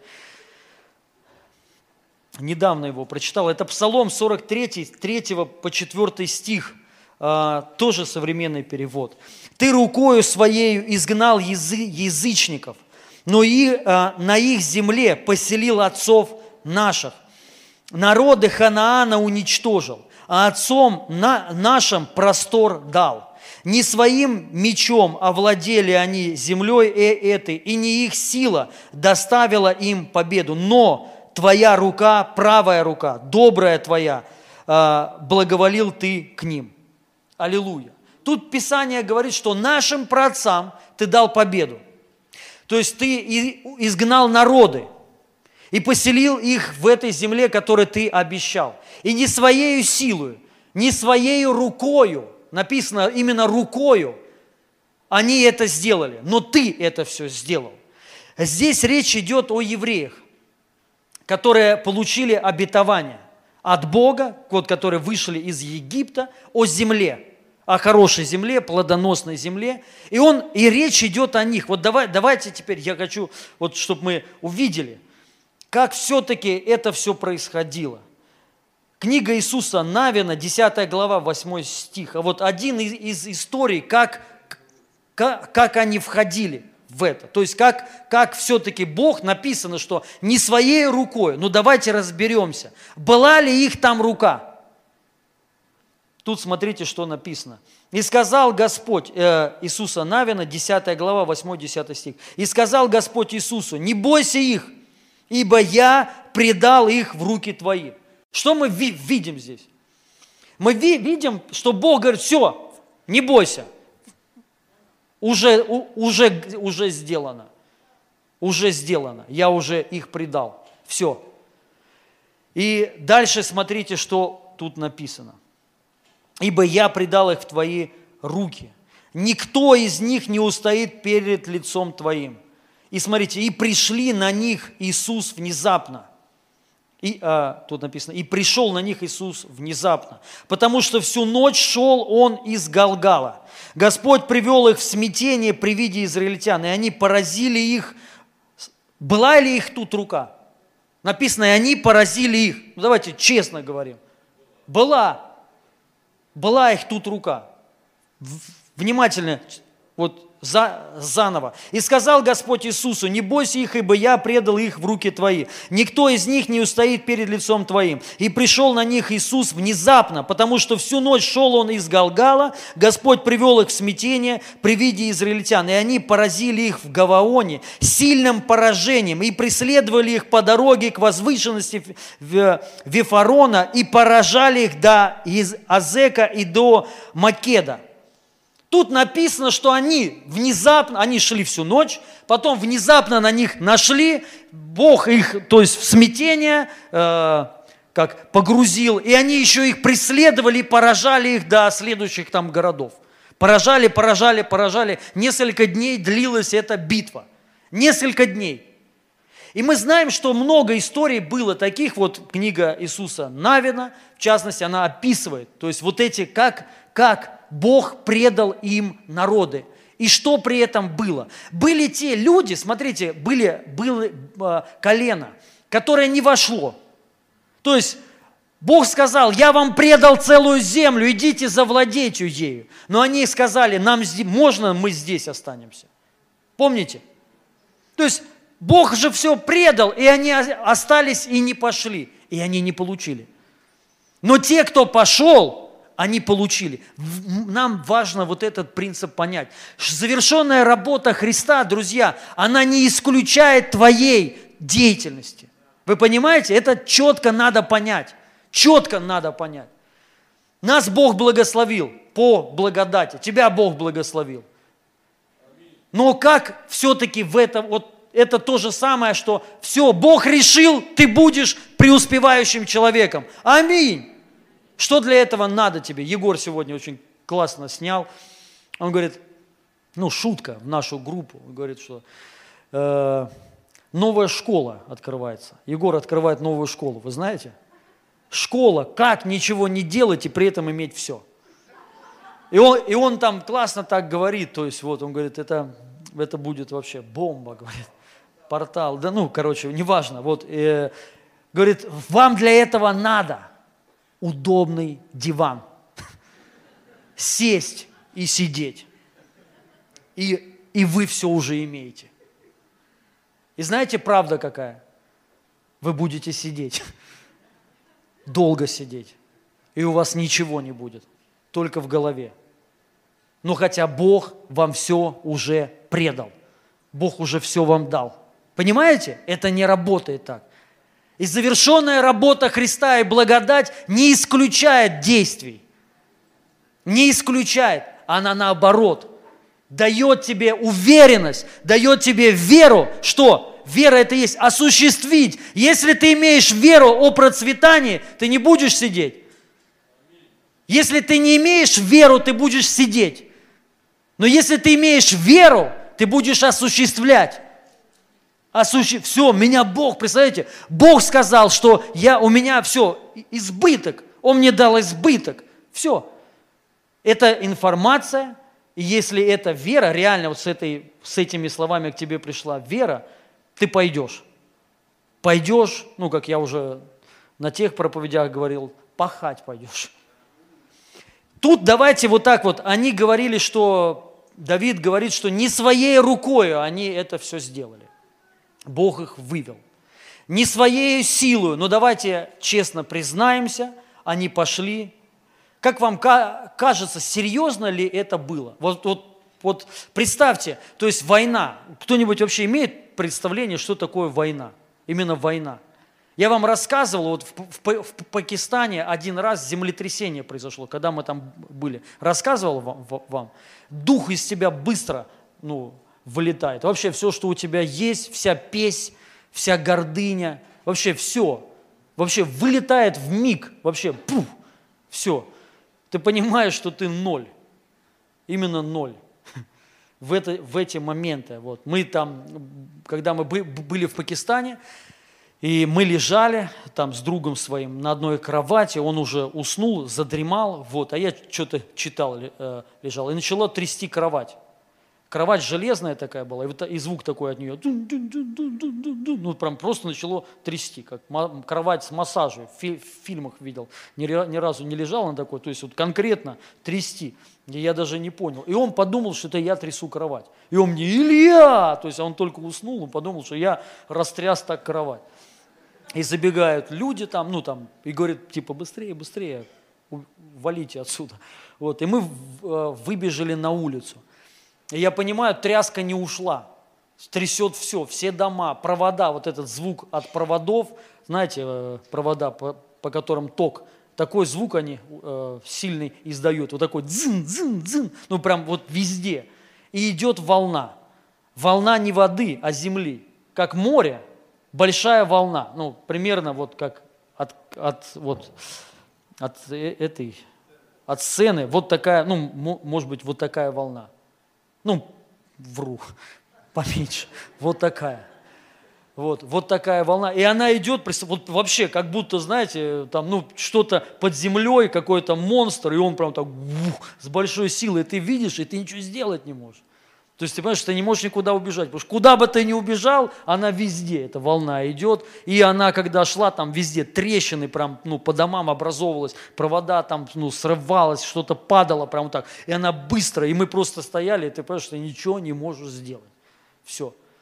[SPEAKER 1] Недавно его прочитал. Это Псалом сорок три, с третьего по четвёртый стих. Тоже современный перевод. «Ты рукою своею изгнал язы, язычников, но и на их земле поселил отцов наших. Народы Ханаана уничтожил, а отцом на, нашим простор дал. Не своим мечом овладели они землей этой, и не их сила доставила им победу, но твоя рука, правая рука, добрая твоя, благоволил ты к ним». Аллилуйя. Тут Писание говорит, что нашим праотцам ты дал победу. То есть ты изгнал народы и поселил их в этой земле, которую ты обещал. И не своею силою, не своею рукою, написано именно рукою, они это сделали, но ты это все сделал. Здесь речь идет о евреях, которые получили обетование от Бога, вот, которые вышли из Египта, о земле, о хорошей земле, плодоносной земле. И, он, и речь идет о них. Вот давай, давайте теперь я хочу, вот, чтобы мы увидели, как все-таки это все происходило. Книга Иисуса Навина, десятая глава, восьмой стих. А вот один из, из историй, как, как, как они входили в это. То есть, как, как все-таки Бог, написано, что не своей рукой. Ну, давайте разберемся. Была ли их там рука? Тут смотрите, что написано. «И сказал Господь», э, Иисуса Навина, десятая глава, восьмой-десятый стих. «И сказал Господь Иисусу, не бойся их, ибо я предал их в руки твои». Что мы ви- видим здесь? Мы ви- видим, что Бог говорит, все, не бойся, уже, у, уже, уже сделано, уже сделано, я уже их предал, все. И дальше смотрите, что тут написано. «Ибо я предал их в твои руки, никто из них не устоит перед лицом твоим». И смотрите, и пришли на них Иисус внезапно. И, а, тут написано, и пришел на них Иисус внезапно, потому что всю ночь шел Он из Галгала. Господь привел их в смятение при виде израильтян, и они поразили их. Была ли их тут рука? Написано, и они поразили их. Ну, давайте честно говорим. Была. Была их тут рука. Внимательно, вот за, заново. «И сказал Господь Иисусу, не бойся их, ибо я предал их в руки твои. Никто из них не устоит перед лицом твоим. И пришел на них Иисус внезапно, потому что всю ночь шел он из Галгала. Господь привел их в смятение при виде израильтян, и они поразили их в Гаваоне сильным поражением, и преследовали их по дороге к возвышенности Вифарона, и поражали их до Азека и до Македа». Тут написано, что они внезапно, они шли всю ночь, потом внезапно на них нашли, Бог их, то есть в смятение, э, как погрузил, и они еще их преследовали и поражали их до следующих там городов. Поражали, поражали, поражали. Несколько дней длилась эта битва. Несколько дней. И мы знаем, что много историй было таких, вот книга Иисуса Навина, в частности, она описывает, то есть вот эти, как, как Бог предал им народы. И что при этом было? Были те люди, смотрите, были, было э, колено, которое не вошло. То есть Бог сказал, я вам предал целую землю, идите завладейте ею. Но они сказали, нам здесь, можно мы здесь останемся? Помните? То есть Бог же все предал, и они остались и не пошли, и они не получили. Но те, кто пошел, они получили. Нам важно вот этот принцип понять. Завершенная работа Христа, друзья, она не исключает твоей деятельности. Вы понимаете? Это четко надо понять. Четко надо понять. Нас Бог благословил по благодати. Тебя Бог благословил. Но как все-таки в этом, вот это то же самое, что все, Бог решил, ты будешь преуспевающим человеком. Аминь. Что для этого надо тебе? Егор сегодня очень классно снял. Он говорит, ну, шутка в нашу группу. Он говорит, что э, новая школа открывается. Егор открывает новую школу, вы знаете? Школа, как ничего не делать и при этом иметь все. И он, и он там классно так говорит, то есть вот он говорит, это, это будет вообще бомба, говорит, портал, да ну, короче, неважно. Вот, э, говорит, вам для этого надо удобный диван, сесть и сидеть, и, и вы все уже имеете. И знаете, правда какая? Вы будете сидеть, долго сидеть, и у вас ничего не будет, только в голове. Но хотя Бог вам все уже предал, Бог уже все вам дал. Понимаете? Это не работает так. И завершенная работа Христа и благодать не исключает действий. Не исключает. Она наоборот дает тебе уверенность, дает тебе веру. Что? Вера это есть осуществить. Если ты имеешь веру о процветании, ты не будешь сидеть. Если ты не имеешь веру, ты будешь сидеть. Но если ты имеешь веру, ты будешь осуществлять. Осуществ... Все, меня Бог, представляете, Бог сказал, что я, у меня все, избыток. Он мне дал избыток. Все. Это информация, и если это вера, реально вот с, этой, с этими словами к тебе пришла вера, ты пойдешь. Пойдешь, ну, как я уже на тех проповедях говорил, пахать пойдешь. Тут давайте вот так вот, они говорили, что, Давид говорит, что не своей рукой они это все сделали. Бог их вывел. Не своей силой, но давайте честно признаемся, они пошли. Как вам кажется, серьезно ли это было? Вот, вот, вот представьте, то есть война. Кто-нибудь вообще имеет представление, что такое война? Именно война. Я вам рассказывал, вот в, в, в Пакистане один раз землетрясение произошло, когда мы там были. Рассказывал вам, вам. Дух из тебя быстро ну, вылетает. Вообще все, что у тебя есть, вся песнь, вся гордыня, вообще все. Вообще вылетает в миг, вообще пух, все. Ты понимаешь, что ты ноль. Именно ноль. В, это, в эти моменты. Вот. Мы там, когда мы были в Пакистане, и мы лежали там с другом своим на одной кровати, он уже уснул, задремал, вот, а я что-то читал, лежал, и начала трясти кровать. Кровать железная такая была, и звук такой от нее, ну, прям просто начало трясти, как кровать с массажем, в фильмах видел, ни, ни разу не лежал на такой, то есть вот конкретно трясти. И я даже не понял. И он подумал, что это я трясу кровать. И он мне, Илья! То есть он только уснул, он подумал, что я растряс так кровать. И забегают люди там, ну там, и говорят, типа, быстрее, быстрее, валите отсюда. Вот, и мы выбежали на улицу. И я понимаю, тряска не ушла. Трясет все, все дома, провода, вот этот звук от проводов, знаете, провода, по, по которым ток, такой звук они э, сильный издают, вот такой дзын-дзын-дзын, ну прям вот везде. И идет волна. Волна не воды, а земли. Как море, большая волна. Ну, примерно вот как от, от, вот, от этой, от сцены, вот такая, ну, может быть, вот такая волна. Ну, вру, поменьше. Вот такая. Вот, вот такая волна. И она идет, вот вообще, как будто, знаете, там, ну, что-то под землей, какой-то монстр, и он прям так ух, с большой силой ты видишь, и ты ничего сделать не можешь. То есть ты понимаешь, что ты не можешь никуда убежать, потому что куда бы ты ни убежал, она везде, эта волна идет, и она, когда шла, там везде трещины прям, ну, по домам образовывалась, провода там, ну, срывалось, что-то падало прям так, и она быстро, и мы просто стояли, и ты понимаешь, что ты ничего не можешь сделать. Все.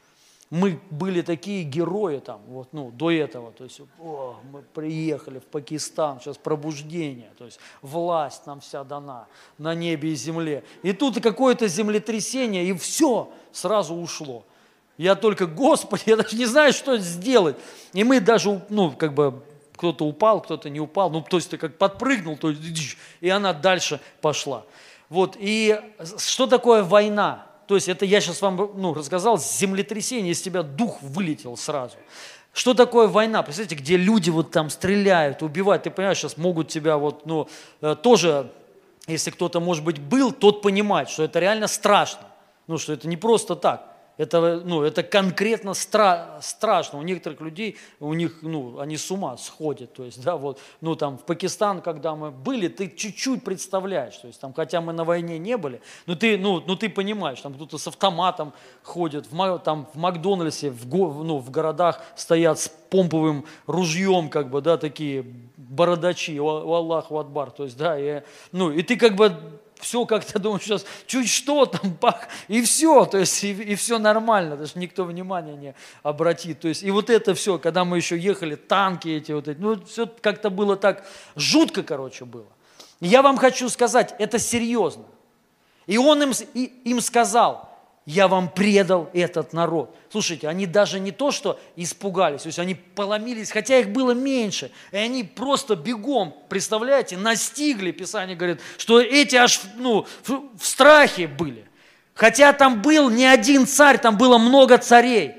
[SPEAKER 1] Мы были такие герои там, вот, ну, до этого. То есть, о, мы приехали в Пакистан, сейчас пробуждение, то есть власть нам вся дана на небе и земле. И тут какое-то землетрясение, и все сразу ушло. Я только, Господи, я даже не знаю, что сделать. И мы даже, ну, как бы, кто-то упал, кто-то не упал. Ну, то есть ты как подпрыгнул, то есть, и она дальше пошла. Вот, и что такое война? То есть это я сейчас вам, ну, рассказал, землетрясение, из тебя дух вылетел сразу. Что такое война? Представляете, где люди вот там стреляют, убивают. Ты понимаешь, сейчас могут тебя вот, ну, тоже, если кто-то, может быть, был, тот понимает, что это реально страшно. Ну, что это не просто так. Это, ну, это конкретно стра- страшно. У некоторых людей, у них, ну, они с ума сходят. То есть, да, вот, ну, там, в Пакистан, когда мы были, ты чуть-чуть представляешь. То есть, там, хотя мы на войне не были, но ты, ну, ну, ты понимаешь, там кто-то с автоматом ходит, в, там, в Макдональдсе, в, го, ну, в городах стоят с помповым ружьем, как бы, да, такие бородачи, Аллаху Акбар. То есть, да, и, ну, и ты как бы... Все как-то думаешь сейчас, чуть что там, бах, и все, то есть, и, и все нормально, даже никто внимания не обратит. То есть, и вот это все, когда мы еще ехали, танки эти вот эти, ну, все как-то было так жутко, короче, было. И я вам хочу сказать, это серьезно. И он им, и, им сказал, я вам предал этот народ. Слушайте, они даже не то, что испугались, то есть они поломились, хотя их было меньше, и они просто бегом, представляете, настигли, Писание говорит, что эти аж, ну, в страхе были. Хотя там был не один царь, там было много царей.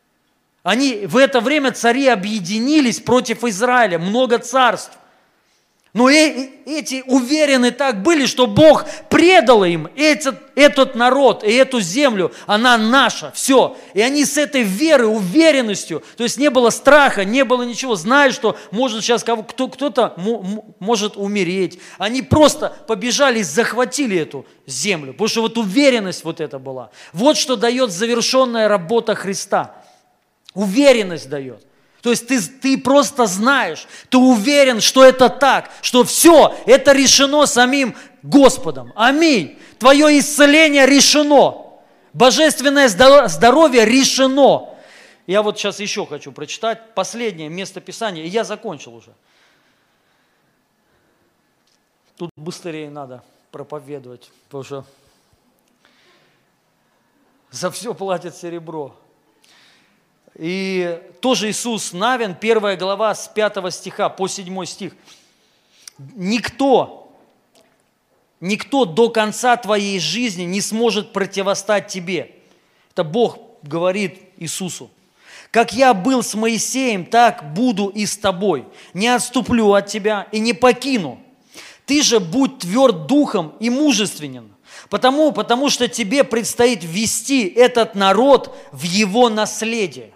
[SPEAKER 1] Они в это время цари объединились против Израиля, много царств. Но эти уверены так были, что Бог предал им этот, этот народ и эту землю, она наша, все. И они с этой верой, уверенностью, то есть не было страха, не было ничего, знают, что может сейчас кто-то может умереть. Они просто побежали и захватили эту землю, потому что вот уверенность вот эта была. Вот что дает завершенная работа Христа. Уверенность дает. То есть ты, ты просто знаешь, ты уверен, что это так, что все, это решено самим Господом. Аминь. Твое исцеление решено. Божественное здоровье решено. Я вот сейчас еще хочу прочитать последнее место Писания, и я закончил уже. Тут быстрее надо проповедовать, потому что за все платит серебро. И тоже Иисус Навин, первая глава с пятого стиха по седьмой стих. Никто, никто до конца твоей жизни не сможет противостать тебе. Это Бог говорит Иисусу. Как я был с Моисеем, так буду и с тобой. Не отступлю от тебя и не покину. Ты же будь тверд духом и мужественен. Потому, потому что тебе предстоит ввести этот народ в его наследие.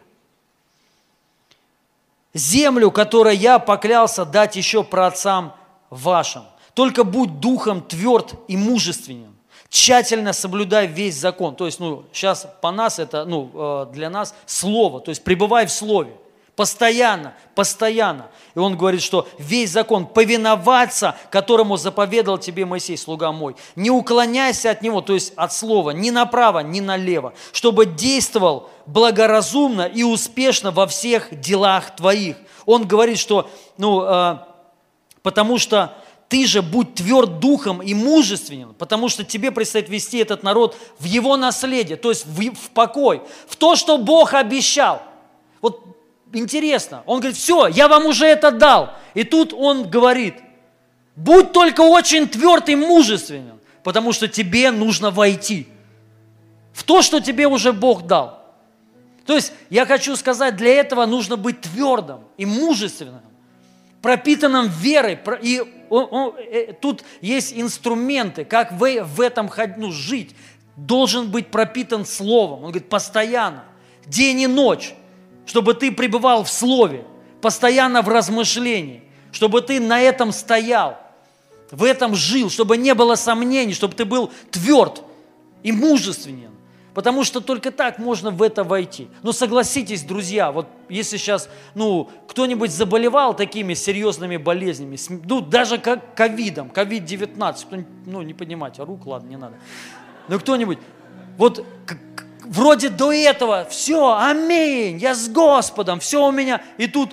[SPEAKER 1] Землю, которую я поклялся дать еще праотцам вашим. Только будь духом тверд и мужественен. Тщательно соблюдай весь закон. То есть, ну, сейчас по нас это, ну, для нас слово. То есть, пребывай в слове. Постоянно, постоянно. И он говорит, что весь закон, повиноваться, которому заповедал тебе Моисей, слуга мой. Не уклоняйся от него, то есть от слова, ни направо, ни налево, чтобы действовал благоразумно и успешно во всех делах твоих. Он говорит, что, ну, э, потому что ты же будь тверд духом и мужественен, потому что тебе предстоит вести этот народ в его наследие, то есть в, в покой, в то, что Бог обещал. Вот интересно, он говорит, все, я вам уже это дал. И тут он говорит, будь только очень тверд и мужественен, потому что тебе нужно войти в то, что тебе уже Бог дал. То есть я хочу сказать, для этого нужно быть твердым и мужественным, пропитанным верой. И он, он, тут есть инструменты, как в, в этом ну, жить. Должен быть пропитан Словом. Он говорит, постоянно, день и ночь. Чтобы ты пребывал в Слове, постоянно в размышлении, чтобы ты на этом стоял, в этом жил, чтобы не было сомнений, чтобы ты был тверд и мужественен, потому что только так можно в это войти. Но согласитесь, друзья, вот если сейчас, ну, кто-нибудь заболевал такими серьезными болезнями, ну, даже как ковидом, ковид девятнадцать, ну, не поднимайте рук, ладно, не надо, но кто-нибудь, вот вроде до этого все, аминь, я с Господом, все у меня, и тут,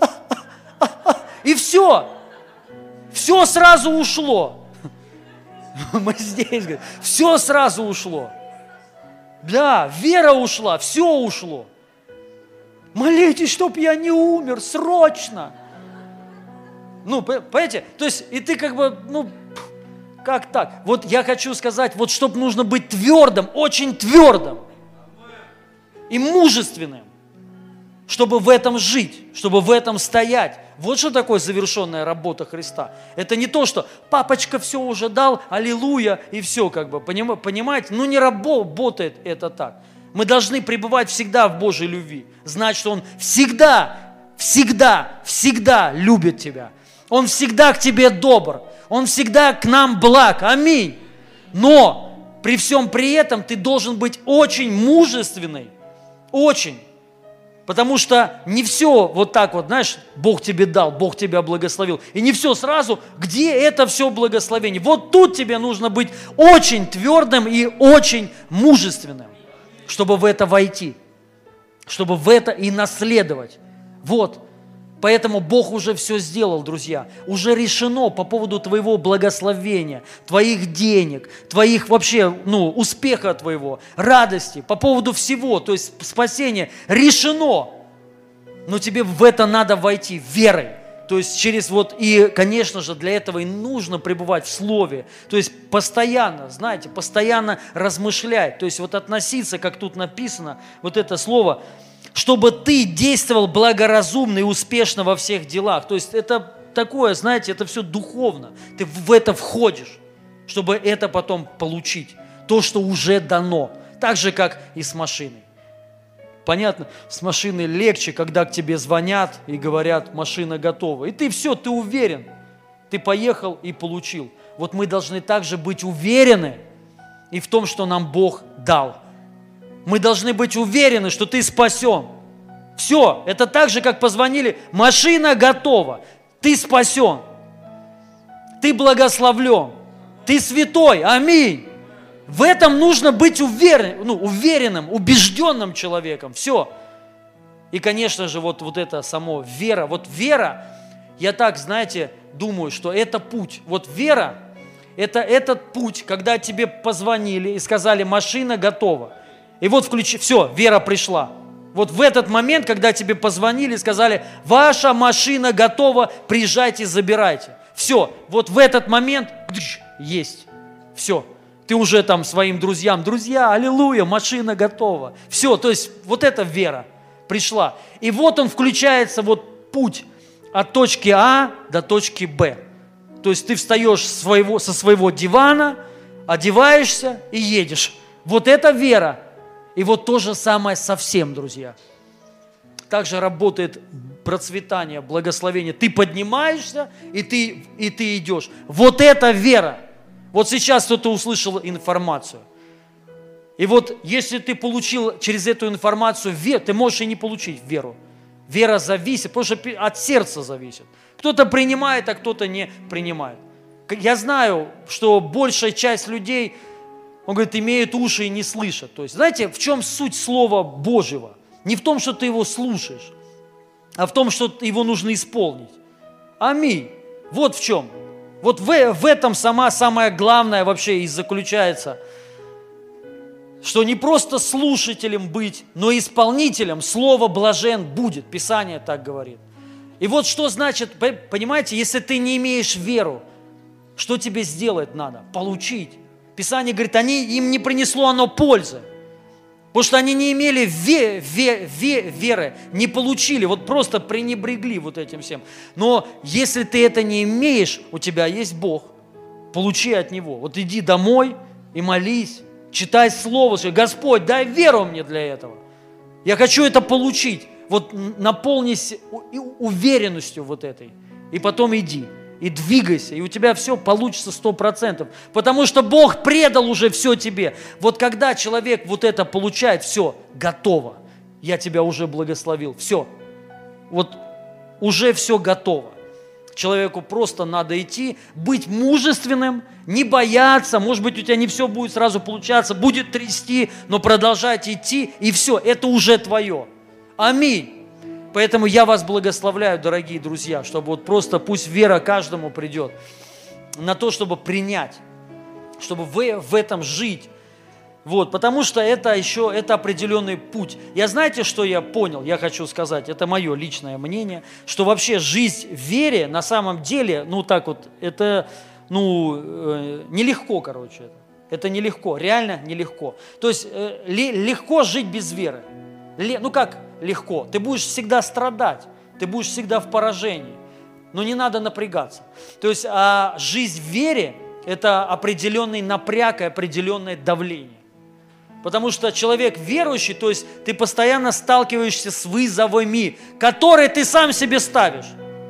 [SPEAKER 1] и все, все сразу ушло. Мы здесь, все сразу ушло. Да, вера ушла, все ушло. Молитесь, чтоб я не умер, срочно. Ну, понимаете, то есть, и ты как бы, ну, как так? Вот я хочу сказать, вот чтобы нужно быть твердым, очень твердым и мужественным, чтобы в этом жить, чтобы в этом стоять. Вот что такое завершенная работа Христа. Это не то, что папочка все уже дал, аллилуйя, и все, как бы, понимаете? Ну, не работает это так. Мы должны пребывать всегда в Божьей любви, знать, что Он всегда, всегда, всегда любит тебя. Он всегда к тебе добр, Он всегда к нам благ. Аминь. Но при всем при этом ты должен быть очень мужественный, очень. Потому что не все вот так вот, знаешь, Бог тебе дал, Бог тебя благословил. И не все сразу, где это все благословение. Вот тут тебе нужно быть очень твердым и очень мужественным, чтобы в это войти, чтобы в это и наследовать. Вот. Поэтому Бог уже все сделал, друзья. Уже решено по поводу твоего благословения, твоих денег, твоих вообще, ну, успеха твоего, радости, по поводу всего, то есть спасения. Решено. Но тебе в это надо войти верой. То есть через вот, и, конечно же, для этого и нужно пребывать в Слове. То есть постоянно, знаете, постоянно размышлять. То есть вот относиться, как тут написано, вот это слово, чтобы ты действовал благоразумно и успешно во всех делах. То есть это такое, знаете, это все духовно. Ты в это входишь, чтобы это потом получить. То, что уже дано. Так же, как и с машиной. Понятно, с машиной легче, когда к тебе звонят и говорят, машина готова. И ты все, ты уверен. Ты поехал и получил. Вот мы должны также быть уверены и в том, что нам Бог дал. Мы должны быть уверены, что ты спасен. Все, это так же, как позвонили, машина готова, ты спасен, ты благословлен, ты святой, аминь. В этом нужно быть уверен, ну, уверенным, убежденным человеком, все. И, конечно же, вот, вот это само вера, вот вера, я так, знаете, думаю, что это путь. Вот вера, это этот путь, когда тебе позвонили и сказали, машина готова. И вот включи, все, вера пришла. Вот в этот момент, когда тебе позвонили и сказали, ваша машина готова, приезжайте, забирайте. Все, вот в этот момент есть. Все. Ты уже там своим друзьям, друзья, аллилуйя, машина готова. Все, то есть вот эта вера пришла. И вот он включается, вот путь от точки А до точки Б. То есть ты встаешь со своего, со своего дивана, одеваешься и едешь. Вот это вера. И вот то же самое со всем, друзья. Также работает процветание, благословение. Ты поднимаешься, и ты, и ты идешь. Вот это вера. Вот сейчас кто-то услышал информацию. И вот если ты получил через эту информацию веру, ты можешь и не получить веру. Вера зависит, потому что от сердца зависит. Кто-то принимает, а кто-то не принимает. Я знаю, что большая часть людей... Он говорит, имеют уши и не слышат. То есть, знаете, в чем суть Слова Божьего? Не в том, что ты его слушаешь, а в том, что его нужно исполнить. Аминь. Вот в чем. Вот в, в этом сама самое главное вообще и заключается, что не просто слушателем быть, но исполнителем Слово блажен будет. Писание так говорит. И вот что значит, понимаете, если ты не имеешь веру, что тебе сделать надо? Получить. Писание говорит, они, им не принесло оно пользы, потому что они не имели ве, ве, ве, веры, не получили, вот просто пренебрегли вот этим всем. Но если ты это не имеешь, у тебя есть Бог, получи от Него. Вот иди домой и молись, читай Слово, скажи, Господь, дай веру мне для этого. Я хочу это получить. Вот наполнись уверенностью вот этой, и потом иди. И двигайся, и у тебя все получится сто процентов. Потому что Бог предал уже все тебе. Вот когда человек вот это получает, все, готово. Я тебя уже благословил. Все. Вот уже все готово. Человеку просто надо идти, быть мужественным, не бояться. Может быть, у тебя не все будет сразу получаться, будет трясти, но продолжать идти, и все, это уже твое. Аминь. Поэтому я вас благословляю, дорогие друзья, чтобы вот просто пусть вера каждому придет на то, чтобы принять, чтобы вы в этом жить. Вот, потому что это еще, это определенный путь. Я знаете, что я понял, я хочу сказать, это мое личное мнение, что вообще жизнь в вере на самом деле, ну так вот, это, ну, э, нелегко, короче, это. Это нелегко, реально нелегко. То есть э, легко жить без веры. Ле, ну как легко? Ты будешь всегда страдать, ты будешь всегда в поражении, но не надо напрягаться. То есть а жизнь в вере – это определенный напряг и определенное давление. Потому что человек верующий, то есть ты постоянно сталкиваешься с вызовами, которые ты сам себе ставишь.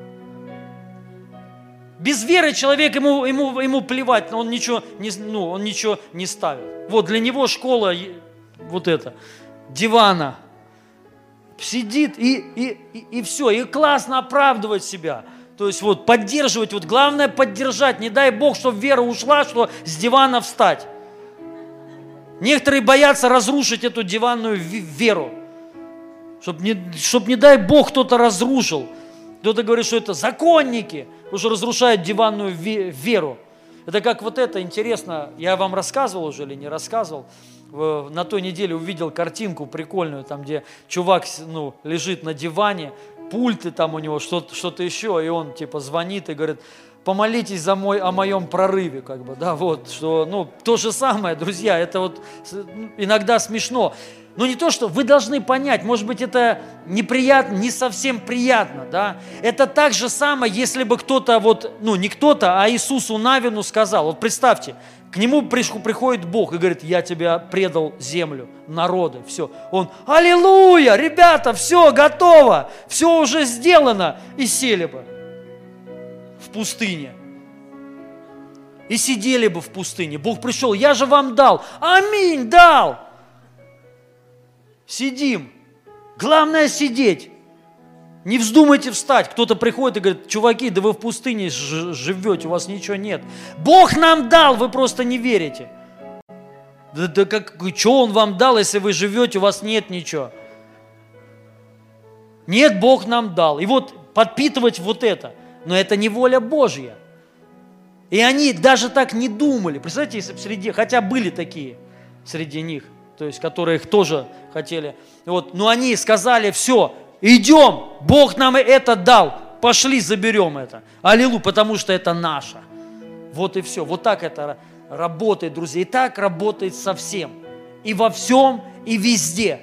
[SPEAKER 1] Без веры человек, ему, ему, ему плевать, он ничего, не, ну, он ничего не ставит. Вот для него школа, вот это, дивана, сидит и, и, и, и все, и классно оправдывать себя. То есть вот поддерживать, вот главное поддержать, не дай Бог, чтобы вера ушла, что с дивана встать. Некоторые боятся разрушить эту диванную веру, чтобы не, чтоб, не дай Бог, кто-то разрушил. Кто-то говорит, что это законники, потому что разрушают диванную веру. Это как вот это, интересно, я вам рассказывал уже или не рассказывал, на той неделе увидел картинку прикольную, там, где чувак, ну, лежит на диване, пульты там у него, что-то, что-то еще, и он типа звонит и говорит: помолитесь за мой, о моем прорыве, как бы, да, вот, что, ну, то же самое, друзья, это вот иногда смешно. Но не то, что вы должны понять, может быть, это неприятно, не совсем приятно, да. Это так же самое, если бы кто-то, вот, ну, не кто-то, а Иисусу Навину сказал, вот представьте, к нему приходит Бог и говорит: я тебя предал землю, народы, все. Он: аллилуйя, ребята, все готово, все уже сделано, и сели бы в пустыне. И сидели бы в пустыне. Бог пришел: я же вам дал. Аминь, дал. Сидим. Главное сидеть. Не вздумайте встать. Кто-то приходит и говорит: чуваки, да вы в пустыне живете, у вас ничего нет. Бог нам дал, вы просто не верите. Да, да как, что Он вам дал, если вы живете, у вас нет ничего? Нет, Бог нам дал. И вот подпитывать вот это. Но это не воля Божья. И они даже так не думали. Представляете, если бы среди, хотя были такие среди них, то есть, которые их тоже хотели. Вот, но они сказали: все, идем, Бог нам это дал, пошли заберем это. Аллилуйя, потому что это наше. Вот и все. Вот так это работает, друзья. И так работает со всем. И во всем, и везде.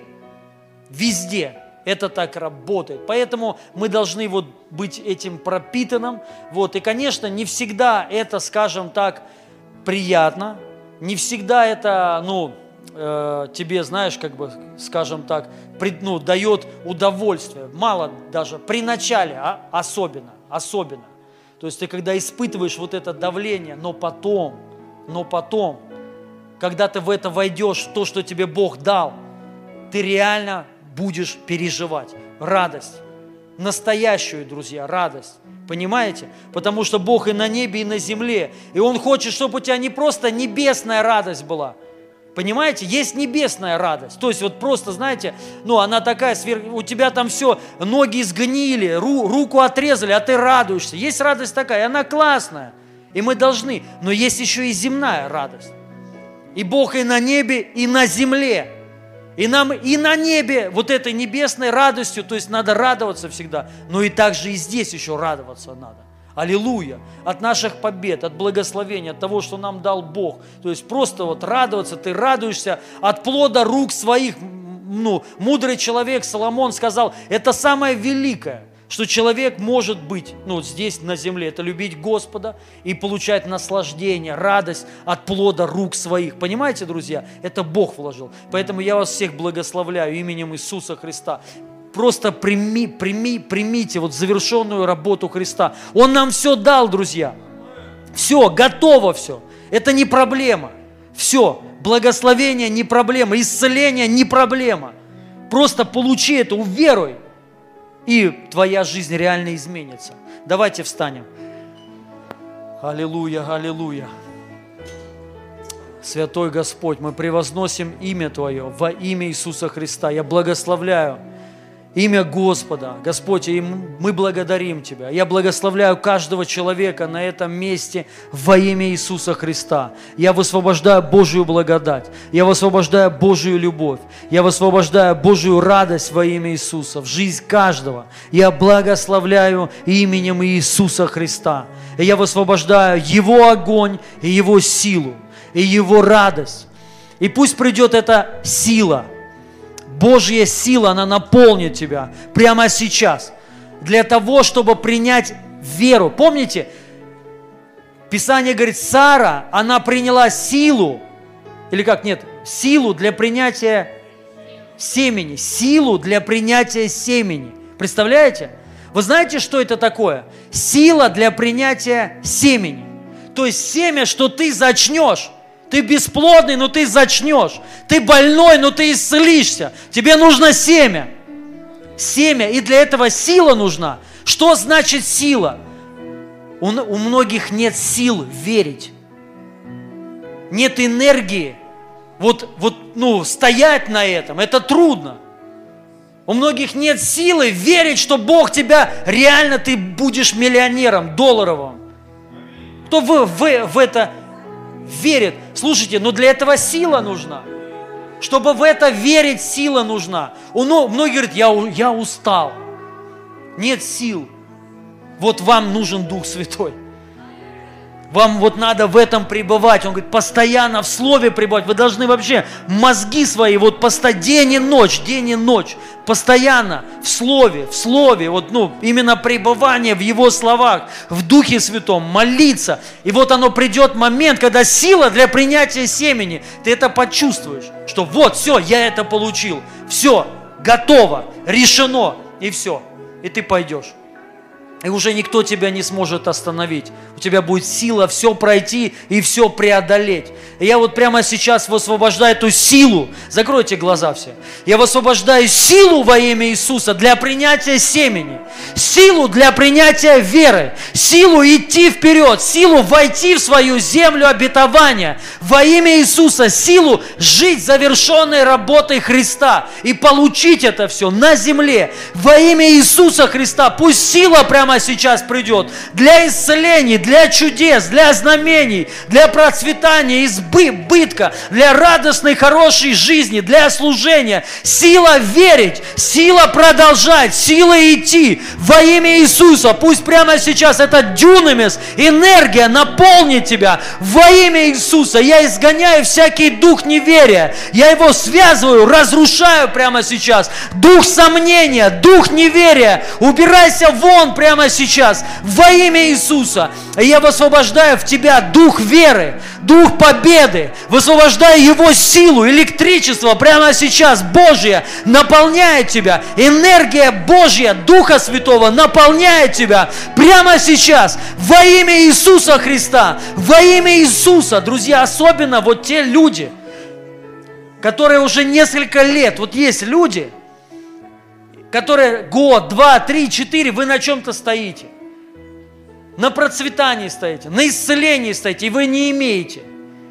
[SPEAKER 1] Везде. Это так работает. Поэтому мы должны вот быть этим пропитанным. Вот. И, конечно, не всегда это, скажем так, приятно. Не всегда это, ну, э, тебе, знаешь, как бы, скажем так, пред, ну, дает удовольствие. Мало даже. При начале а, особенно. Особенно. То есть ты когда испытываешь вот это давление, но потом, но потом, когда ты в это войдешь, в то, что тебе Бог дал, ты реально будешь переживать радость, настоящую, друзья, радость, понимаете? Потому что Бог и на небе, и на земле, и Он хочет, чтобы у тебя не просто небесная радость была, понимаете? Есть небесная радость, то есть вот просто, знаете, ну она такая, у тебя там все, ноги сгнили, ру, руку отрезали, а ты радуешься, есть радость такая, и она классная, и мы должны, но есть еще и земная радость, и Бог и на небе, и на земле. И нам и на небе вот этой небесной радостью, то есть надо радоваться всегда, но и также и здесь еще радоваться надо. Аллилуйя! От наших побед, от благословения, от того, что нам дал Бог. То есть просто вот радоваться, ты радуешься от плода рук своих. Ну, мудрый человек Соломон сказал, это самое великое, что человек может быть, ну, здесь на земле, это любить Господа и получать наслаждение, радость от плода рук своих. Понимаете, друзья? Это Бог вложил. Поэтому я вас всех благословляю именем Иисуса Христа. Просто прими, прими, примите вот завершенную работу Христа. Он нам все дал, друзья. Все, готово все. Это не проблема. Все, благословение не проблема, исцеление не проблема. Просто получи это, уверуй. и твоя жизнь реально изменится. Давайте встанем. Аллилуйя, аллилуйя. Святой Господь, мы превозносим имя Твое во имя Иисуса Христа. Я благословляю имя Господа. Господь, и мы благодарим Тебя. Я благословляю каждого человека на этом месте во имя Иисуса Христа. Я высвобождаю Божию благодать. Я высвобождаю Божию любовь. Я высвобождаю Божию радость во имя Иисуса в жизнь каждого. Я благословляю именем Иисуса Христа. И я высвобождаю Его огонь и Его силу, и Его радость. И пусть придет эта сила, Божья сила, она наполнит тебя прямо сейчас для того, чтобы принять веру. Помните, Писание говорит, Сара, она приняла силу, или как, нет, силу для принятия семени, силу для принятия семени. Представляете? Вы знаете, что это такое? Сила для принятия семени. То есть семя, что ты зачнешь. Ты бесплодный, но ты зачнешь. Ты больной, но ты исцелишься. Тебе нужно семя. Семя. И для этого сила нужна. Что значит сила? У, у многих нет сил верить. Нет энергии. Вот, вот, ну, стоять на этом. Это трудно. У многих нет силы верить, что Бог тебя, реально ты будешь миллионером, долларовым. Кто в, в, в это верит? Слушайте, но для этого сила нужна. Чтобы в это верить, сила нужна. У многих говорят, я, я устал. Нет сил. Вот вам нужен Дух Святой. Вам вот надо в этом пребывать. Он говорит, постоянно в Слове пребывать. Вы должны вообще мозги свои, вот постоянно, день и ночь, день и ночь, постоянно в Слове, в Слове, вот, ну, именно пребывание в Его словах, в Духе Святом, молиться. И вот оно придет момент, когда сила для принятия семени, ты это почувствуешь, что вот, все, я это получил, все, готово, решено, и все. И ты пойдешь. И уже никто тебя не сможет остановить. У тебя будет сила все пройти и все преодолеть. И я вот прямо сейчас высвобождаю эту силу. Закройте глаза все. Я высвобождаю силу во имя Иисуса для принятия семени. Силу для принятия веры. Силу идти вперед. Силу войти в свою землю обетования. Во имя Иисуса силу жить завершенной работой Христа. И получить это все на земле. Во имя Иисуса Христа. Пусть сила прямо сейчас придет для исцелений, для чудес, для знамений, для процветания, избытка, для радостной, хорошей жизни, для служения. Сила верить, сила продолжать, сила идти во имя Иисуса. Пусть прямо сейчас эта дюнамис, энергия наполнит тебя во имя Иисуса. Я изгоняю всякий дух неверия. Я его связываю, разрушаю прямо сейчас. Дух сомнения, дух неверия. Убирайся вон прямо сейчас во имя Иисуса. Я высвобождаю в тебя дух веры, дух победы, высвобождаю его силу, электричество прямо сейчас Божье наполняет тебя, энергия Божья, Духа Святого наполняет тебя прямо сейчас во имя Иисуса Христа, во имя Иисуса. Друзья, особенно вот те люди, которые уже несколько лет, вот есть люди, которые год, два, три, четыре, вы на чем-то стоите. На процветании стоите, на исцелении стоите, и вы не имеете.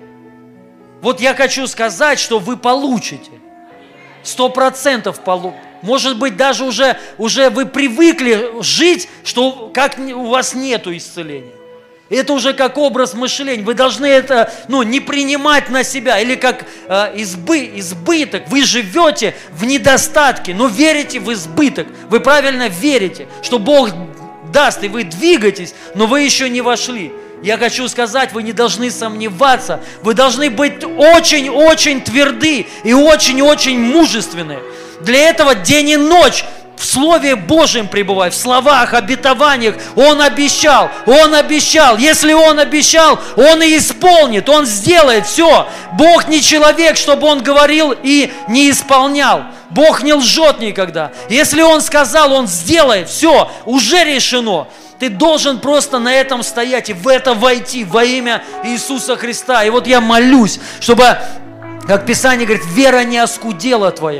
[SPEAKER 1] Вот я хочу сказать, что вы получите. Сто процентов получите. Может быть, даже уже, уже вы привыкли жить, что как у вас нету исцеления. Это уже как образ мышления. Вы должны это, ну, не принимать на себя. Или как э, избы, избыток. Вы живете в недостатке, но верите в избыток. Вы правильно верите, что Бог даст, и вы двигаетесь, но вы еще не вошли. Я хочу сказать, вы не должны сомневаться. Вы должны быть очень-очень тверды и очень-очень мужественны. Для этого день и ночь в Слове Божьем пребывай, в словах, обетованиях. Он обещал, Он обещал. Если Он обещал, Он и исполнит, Он сделает все. Бог не человек, чтобы Он говорил и не исполнял. Бог не лжет никогда. Если Он сказал, Он сделает, все, уже решено. Ты должен просто на этом стоять и в это войти во имя Иисуса Христа. И вот я молюсь, чтобы, как Писание говорит, вера не оскудела твоя.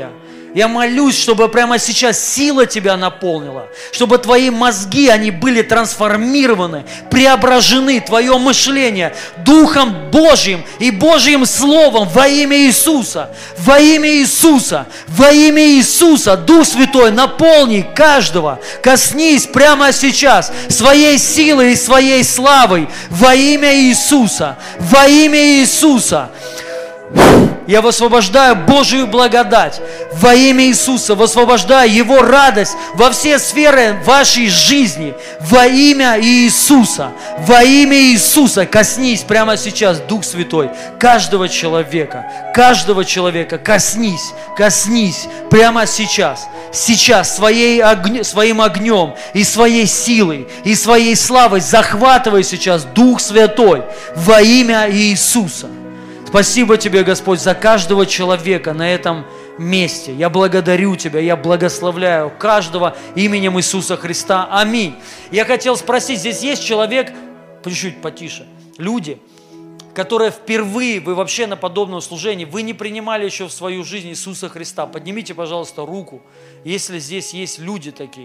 [SPEAKER 1] Я молюсь, чтобы прямо сейчас сила Тебя наполнила, чтобы Твои мозги, они были трансформированы, преображены, Твое мышление Духом Божьим и Божьим Словом во имя Иисуса, во имя Иисуса, во имя Иисуса. Дух Святой, наполни каждого, коснись прямо сейчас своей силой и своей славой во имя Иисуса, во имя Иисуса. Я высвобождаю Божию благодать во имя Иисуса, высвобождаю Его радость во все сферы вашей жизни во имя Иисуса, во имя Иисуса. Коснись прямо сейчас, Дух Святой, каждого человека, каждого человека, коснись, коснись прямо сейчас, сейчас своей огня, своим огнем и своей силой, и своей славой захватывай сейчас, Дух Святой, во имя Иисуса. Спасибо Тебе, Господь, за каждого человека на этом месте. Я благодарю Тебя, я благословляю каждого именем Иисуса Христа. Аминь. Я хотел спросить, здесь есть человек, чуть-чуть потише, люди, которые впервые, вы вообще на подобном служении, вы не принимали еще в свою жизнь Иисуса Христа. Поднимите, пожалуйста, руку, если здесь есть люди такие.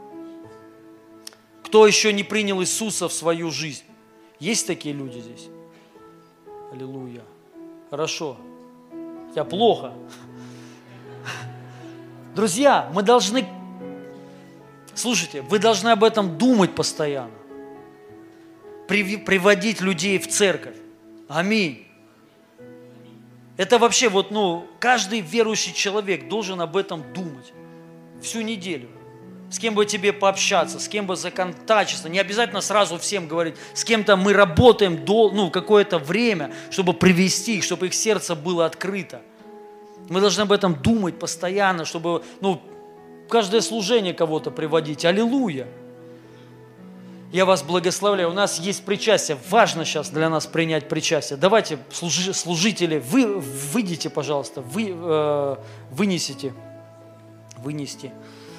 [SPEAKER 1] Кто еще не принял Иисуса в свою жизнь? Есть такие люди здесь? Аллилуйя. Хорошо. У тебя плохо. Друзья, мы должны... Слушайте, вы должны об этом думать постоянно. Приводить людей в церковь. Аминь. Это вообще вот, ну, каждый верующий человек должен об этом думать. Всю неделю. С кем бы тебе пообщаться, с кем бы законтачиться. Не обязательно сразу всем говорить. С кем-то мы работаем до, ну, какое-то время, чтобы привести их, чтобы их сердце было открыто. Мы должны об этом думать постоянно, чтобы, ну, каждое служение кого-то приводить. Аллилуйя! Я вас благословляю. У нас есть причастие. Важно сейчас для нас принять причастие. Давайте, служители, вы выйдите, пожалуйста, вы, э, вынесите. Вынести.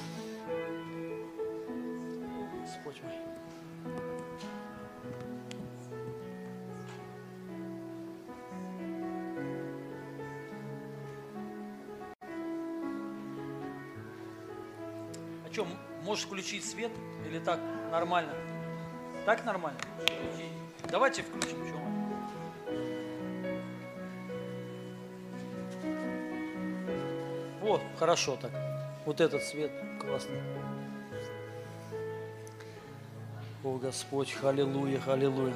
[SPEAKER 1] Что, можешь включить свет или так нормально? Так нормально? Давайте включим. Что? Вот, хорошо так. Вот этот свет классный. О, Господь, аллилуйя, аллилуйя.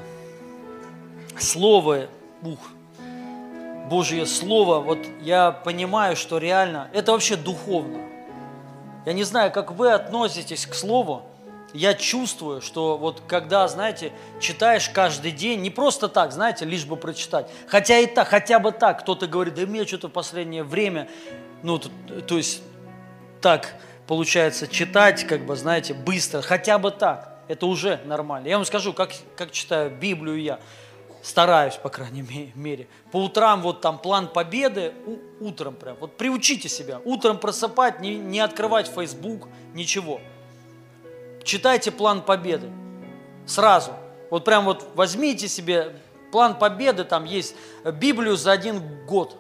[SPEAKER 1] Слово, ух, Божье Слово, вот я понимаю, что реально, это вообще духовно. Я не знаю, как вы относитесь к Слову, я чувствую, что вот когда, знаете, читаешь каждый день, не просто так, знаете, лишь бы прочитать, хотя и так, хотя бы так, кто-то говорит, да мне что-то в последнее время, ну, то, то есть так получается читать, как бы, знаете, быстро, хотя бы так, это уже нормально. Я вам скажу, как, как читаю Библию я, стараюсь, по крайней мере. По утрам вот там план победы, у, утром прям. Вот приучите себя. Утром просыпать, не, не открывать Facebook, ничего. Читайте план победы. Сразу. Вот прям вот возьмите себе план победы, там есть Библию за один год.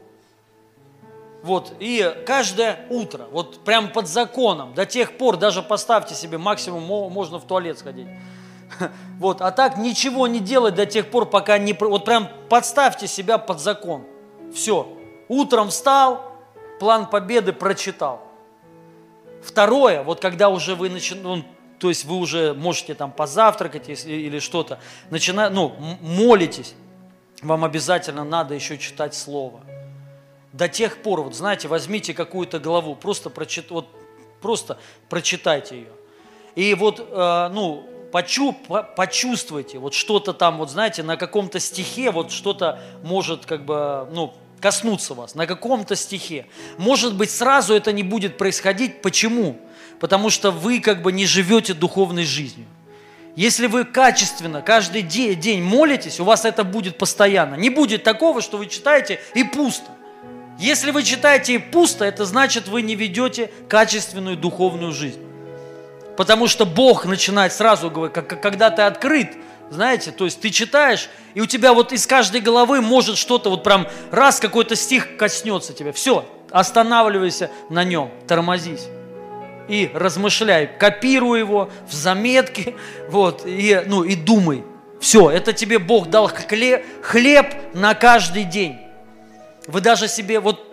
[SPEAKER 1] Вот, и каждое утро, вот прям под законом, до тех пор, даже поставьте себе, максимум можно в туалет сходить. Вот, а так ничего не делать до тех пор, пока не... Вот прям подставьте себя под закон. Все. Утром встал, план победы прочитал. Второе, вот когда уже вы начинаете, ну, то есть вы уже можете там позавтракать если, или что-то, начина... ну, молитесь, вам обязательно надо еще читать Слово. До тех пор, вот знаете, возьмите какую-то главу, просто, прочит... вот, просто прочитайте ее. И вот, э, ну, Почу, почувствуйте, вот что-то там, вот знаете, на каком-то стихе, вот что-то может как бы, ну, коснуться вас, на каком-то стихе. Может быть, сразу это не будет происходить. Почему? Потому что вы как бы не живете духовной жизнью. Если вы качественно каждый день молитесь, у вас это будет постоянно. Не будет такого, что вы читаете и пусто. Если вы читаете и пусто, это значит, вы не ведете качественную духовную жизнь. Потому что Бог начинает сразу говорить, как, когда ты открыт, знаете, то есть ты читаешь, и у тебя вот из каждой головы может что-то, вот прям раз какой-то стих коснется тебя. Все, останавливайся на нем, тормозись. И размышляй, копируй его в заметке, вот, и, ну, и думай. Все, это тебе Бог дал хлеб, хлеб на каждый день. Вы даже себе вот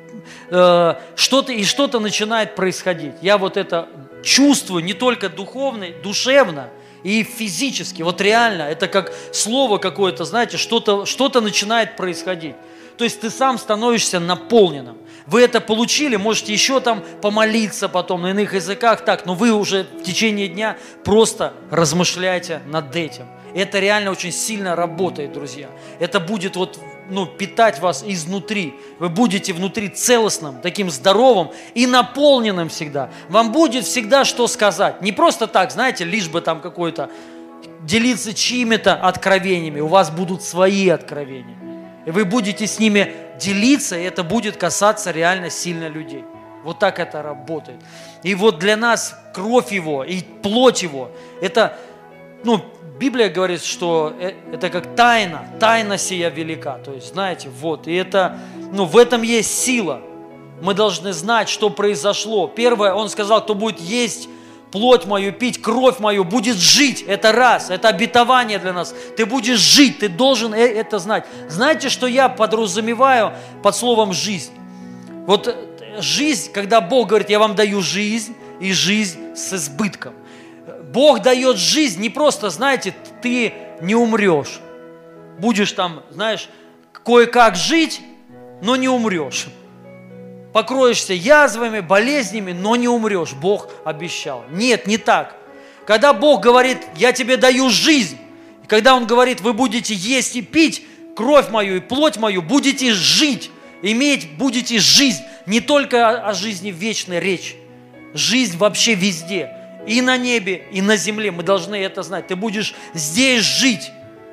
[SPEAKER 1] э, что-то и что-то начинает происходить. Я вот это чувствую не только духовно, душевно и физически. Вот реально, это как слово какое-то, знаете, что-то, что-то начинает происходить. То есть ты сам становишься наполненным. Вы это получили, можете еще там помолиться потом на иных языках, так, но вы уже в течение дня просто размышляйте над этим. Это реально очень сильно работает, друзья. Это будет вот, ну, питать вас изнутри. Вы будете внутри целостным, таким здоровым и наполненным всегда. Вам будет всегда что сказать. Не просто так, знаете, лишь бы там какой-то делиться чьими-то откровениями. У вас будут свои откровения. И вы будете с ними делиться, и это будет касаться реально сильно людей. Вот так это работает. И вот для нас кровь Его и плоть Его, это, ну, Библия говорит, что это как тайна, тайна сия велика. То есть, знаете, вот, и это, ну, в этом есть сила. Мы должны знать, что произошло. Первое, Он сказал, кто будет есть плоть мою, пить кровь мою, будет жить. Это раз, это обетование для нас. Ты будешь жить, ты должен это знать. Знаете, что я подразумеваю под словом «жизнь»? Вот жизнь, когда Бог говорит, я вам даю жизнь, и жизнь с избытком. Бог дает жизнь не просто, знаете, ты не умрешь. Будешь там, знаешь, кое-как жить, но не умрешь. Покроешься язвами, болезнями, но не умрешь. Бог обещал. Нет, не так. Когда Бог говорит, я тебе даю жизнь, и когда Он говорит, вы будете есть и пить кровь мою и плоть мою, будете жить, иметь, будете жизнь. Не только о, о жизни вечной речь. Жизнь вообще везде. И на небе, и на земле. Мы должны это знать. Ты будешь здесь жить.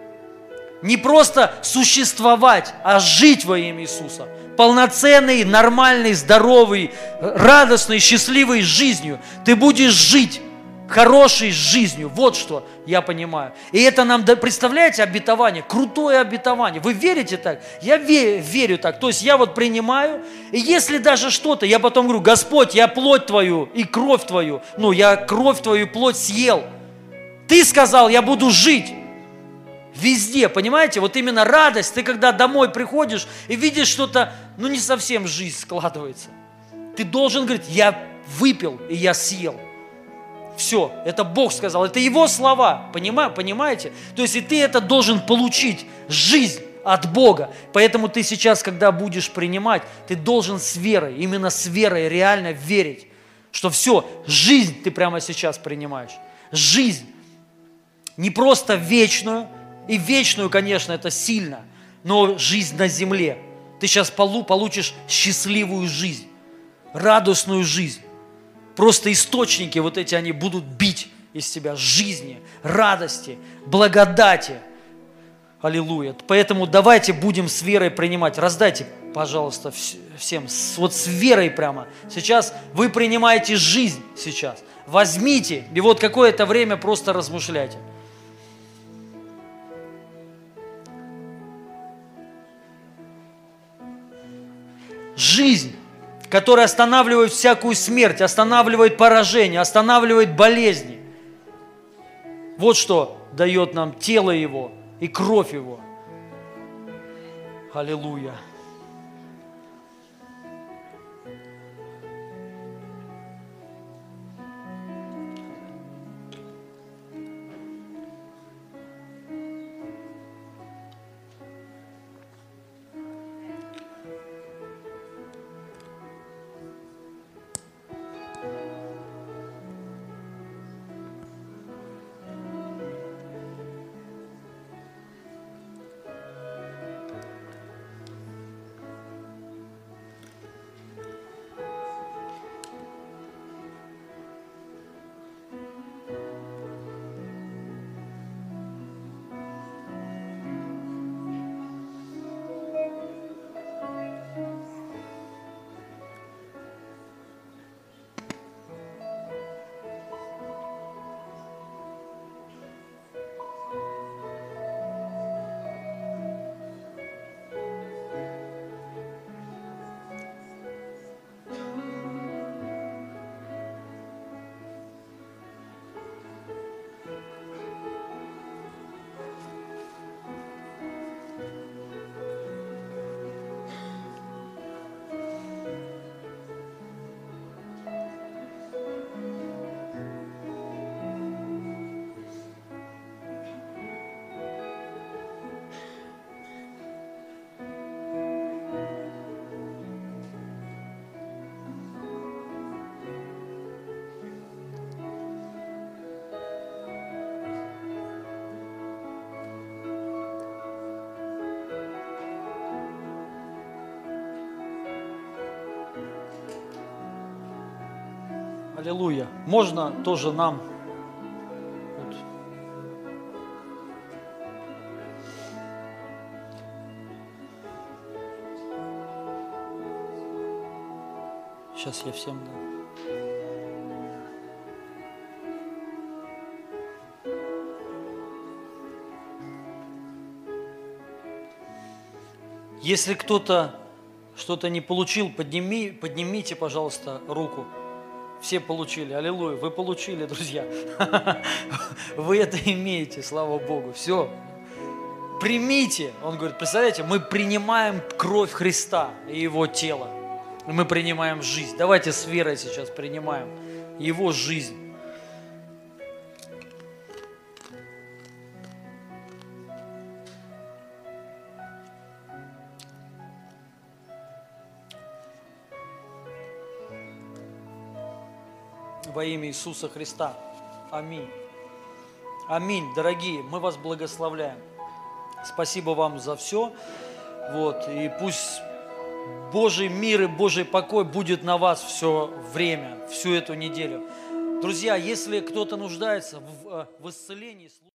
[SPEAKER 1] Не просто существовать, а жить во имя Иисуса. Полноценной, нормальной, здоровой, радостной, счастливой жизнью. Ты будешь жить хорошей жизнью. Вот что я понимаю. И это нам, представляете, обетование, крутое обетование. Вы верите так? Я верю так. То есть я вот принимаю, и если даже что-то, я потом говорю, Господь, я плоть Твою и кровь Твою, ну, я кровь Твою и плоть съел. Ты сказал, я буду жить. Везде, понимаете? Вот именно радость. Ты когда домой приходишь и видишь что-то, ну не совсем жизнь складывается. Ты должен говорить, я выпил и я съел. Все, это Бог сказал, это Его слова, понимаете? То есть и ты это должен получить, жизнь от Бога. Поэтому ты сейчас, когда будешь принимать, ты должен с верой, именно с верой реально верить, что все, жизнь ты прямо сейчас принимаешь. Жизнь. Не просто вечную, и вечную, конечно, это сильно, но жизнь на земле. Ты сейчас получишь счастливую жизнь, радостную жизнь. Просто источники вот эти, они будут бить из тебя жизни, радости, благодати. Аллилуйя. Поэтому давайте будем с верой принимать. Раздайте, пожалуйста, всем, вот с верой прямо. Сейчас вы принимаете жизнь сейчас. Возьмите, и вот какое-то время просто размышляйте. Жизнь, которая останавливает всякую смерть, останавливает поражение, останавливает болезни. Вот что дает нам тело Его и кровь Его. Аллилуйя. Аллилуйя. Можно тоже нам. Вот. Сейчас я всем дам. Если кто-то что-то не получил, подними, поднимите, пожалуйста, руку. Все получили. Аллилуйя. Вы получили, друзья. Вы это имеете, слава Богу. Все. Примите. Он говорит, представляете, мы принимаем кровь Христа и Его тело. Мы принимаем жизнь. Давайте с верой сейчас принимаем Его жизнь. Во имя Иисуса Христа. Аминь. Аминь, дорогие, мы вас благословляем. Спасибо вам за все. Вот, и пусть Божий мир и Божий покой будет на вас все время, всю эту неделю. Друзья, если кто-то нуждается в, в исцелении,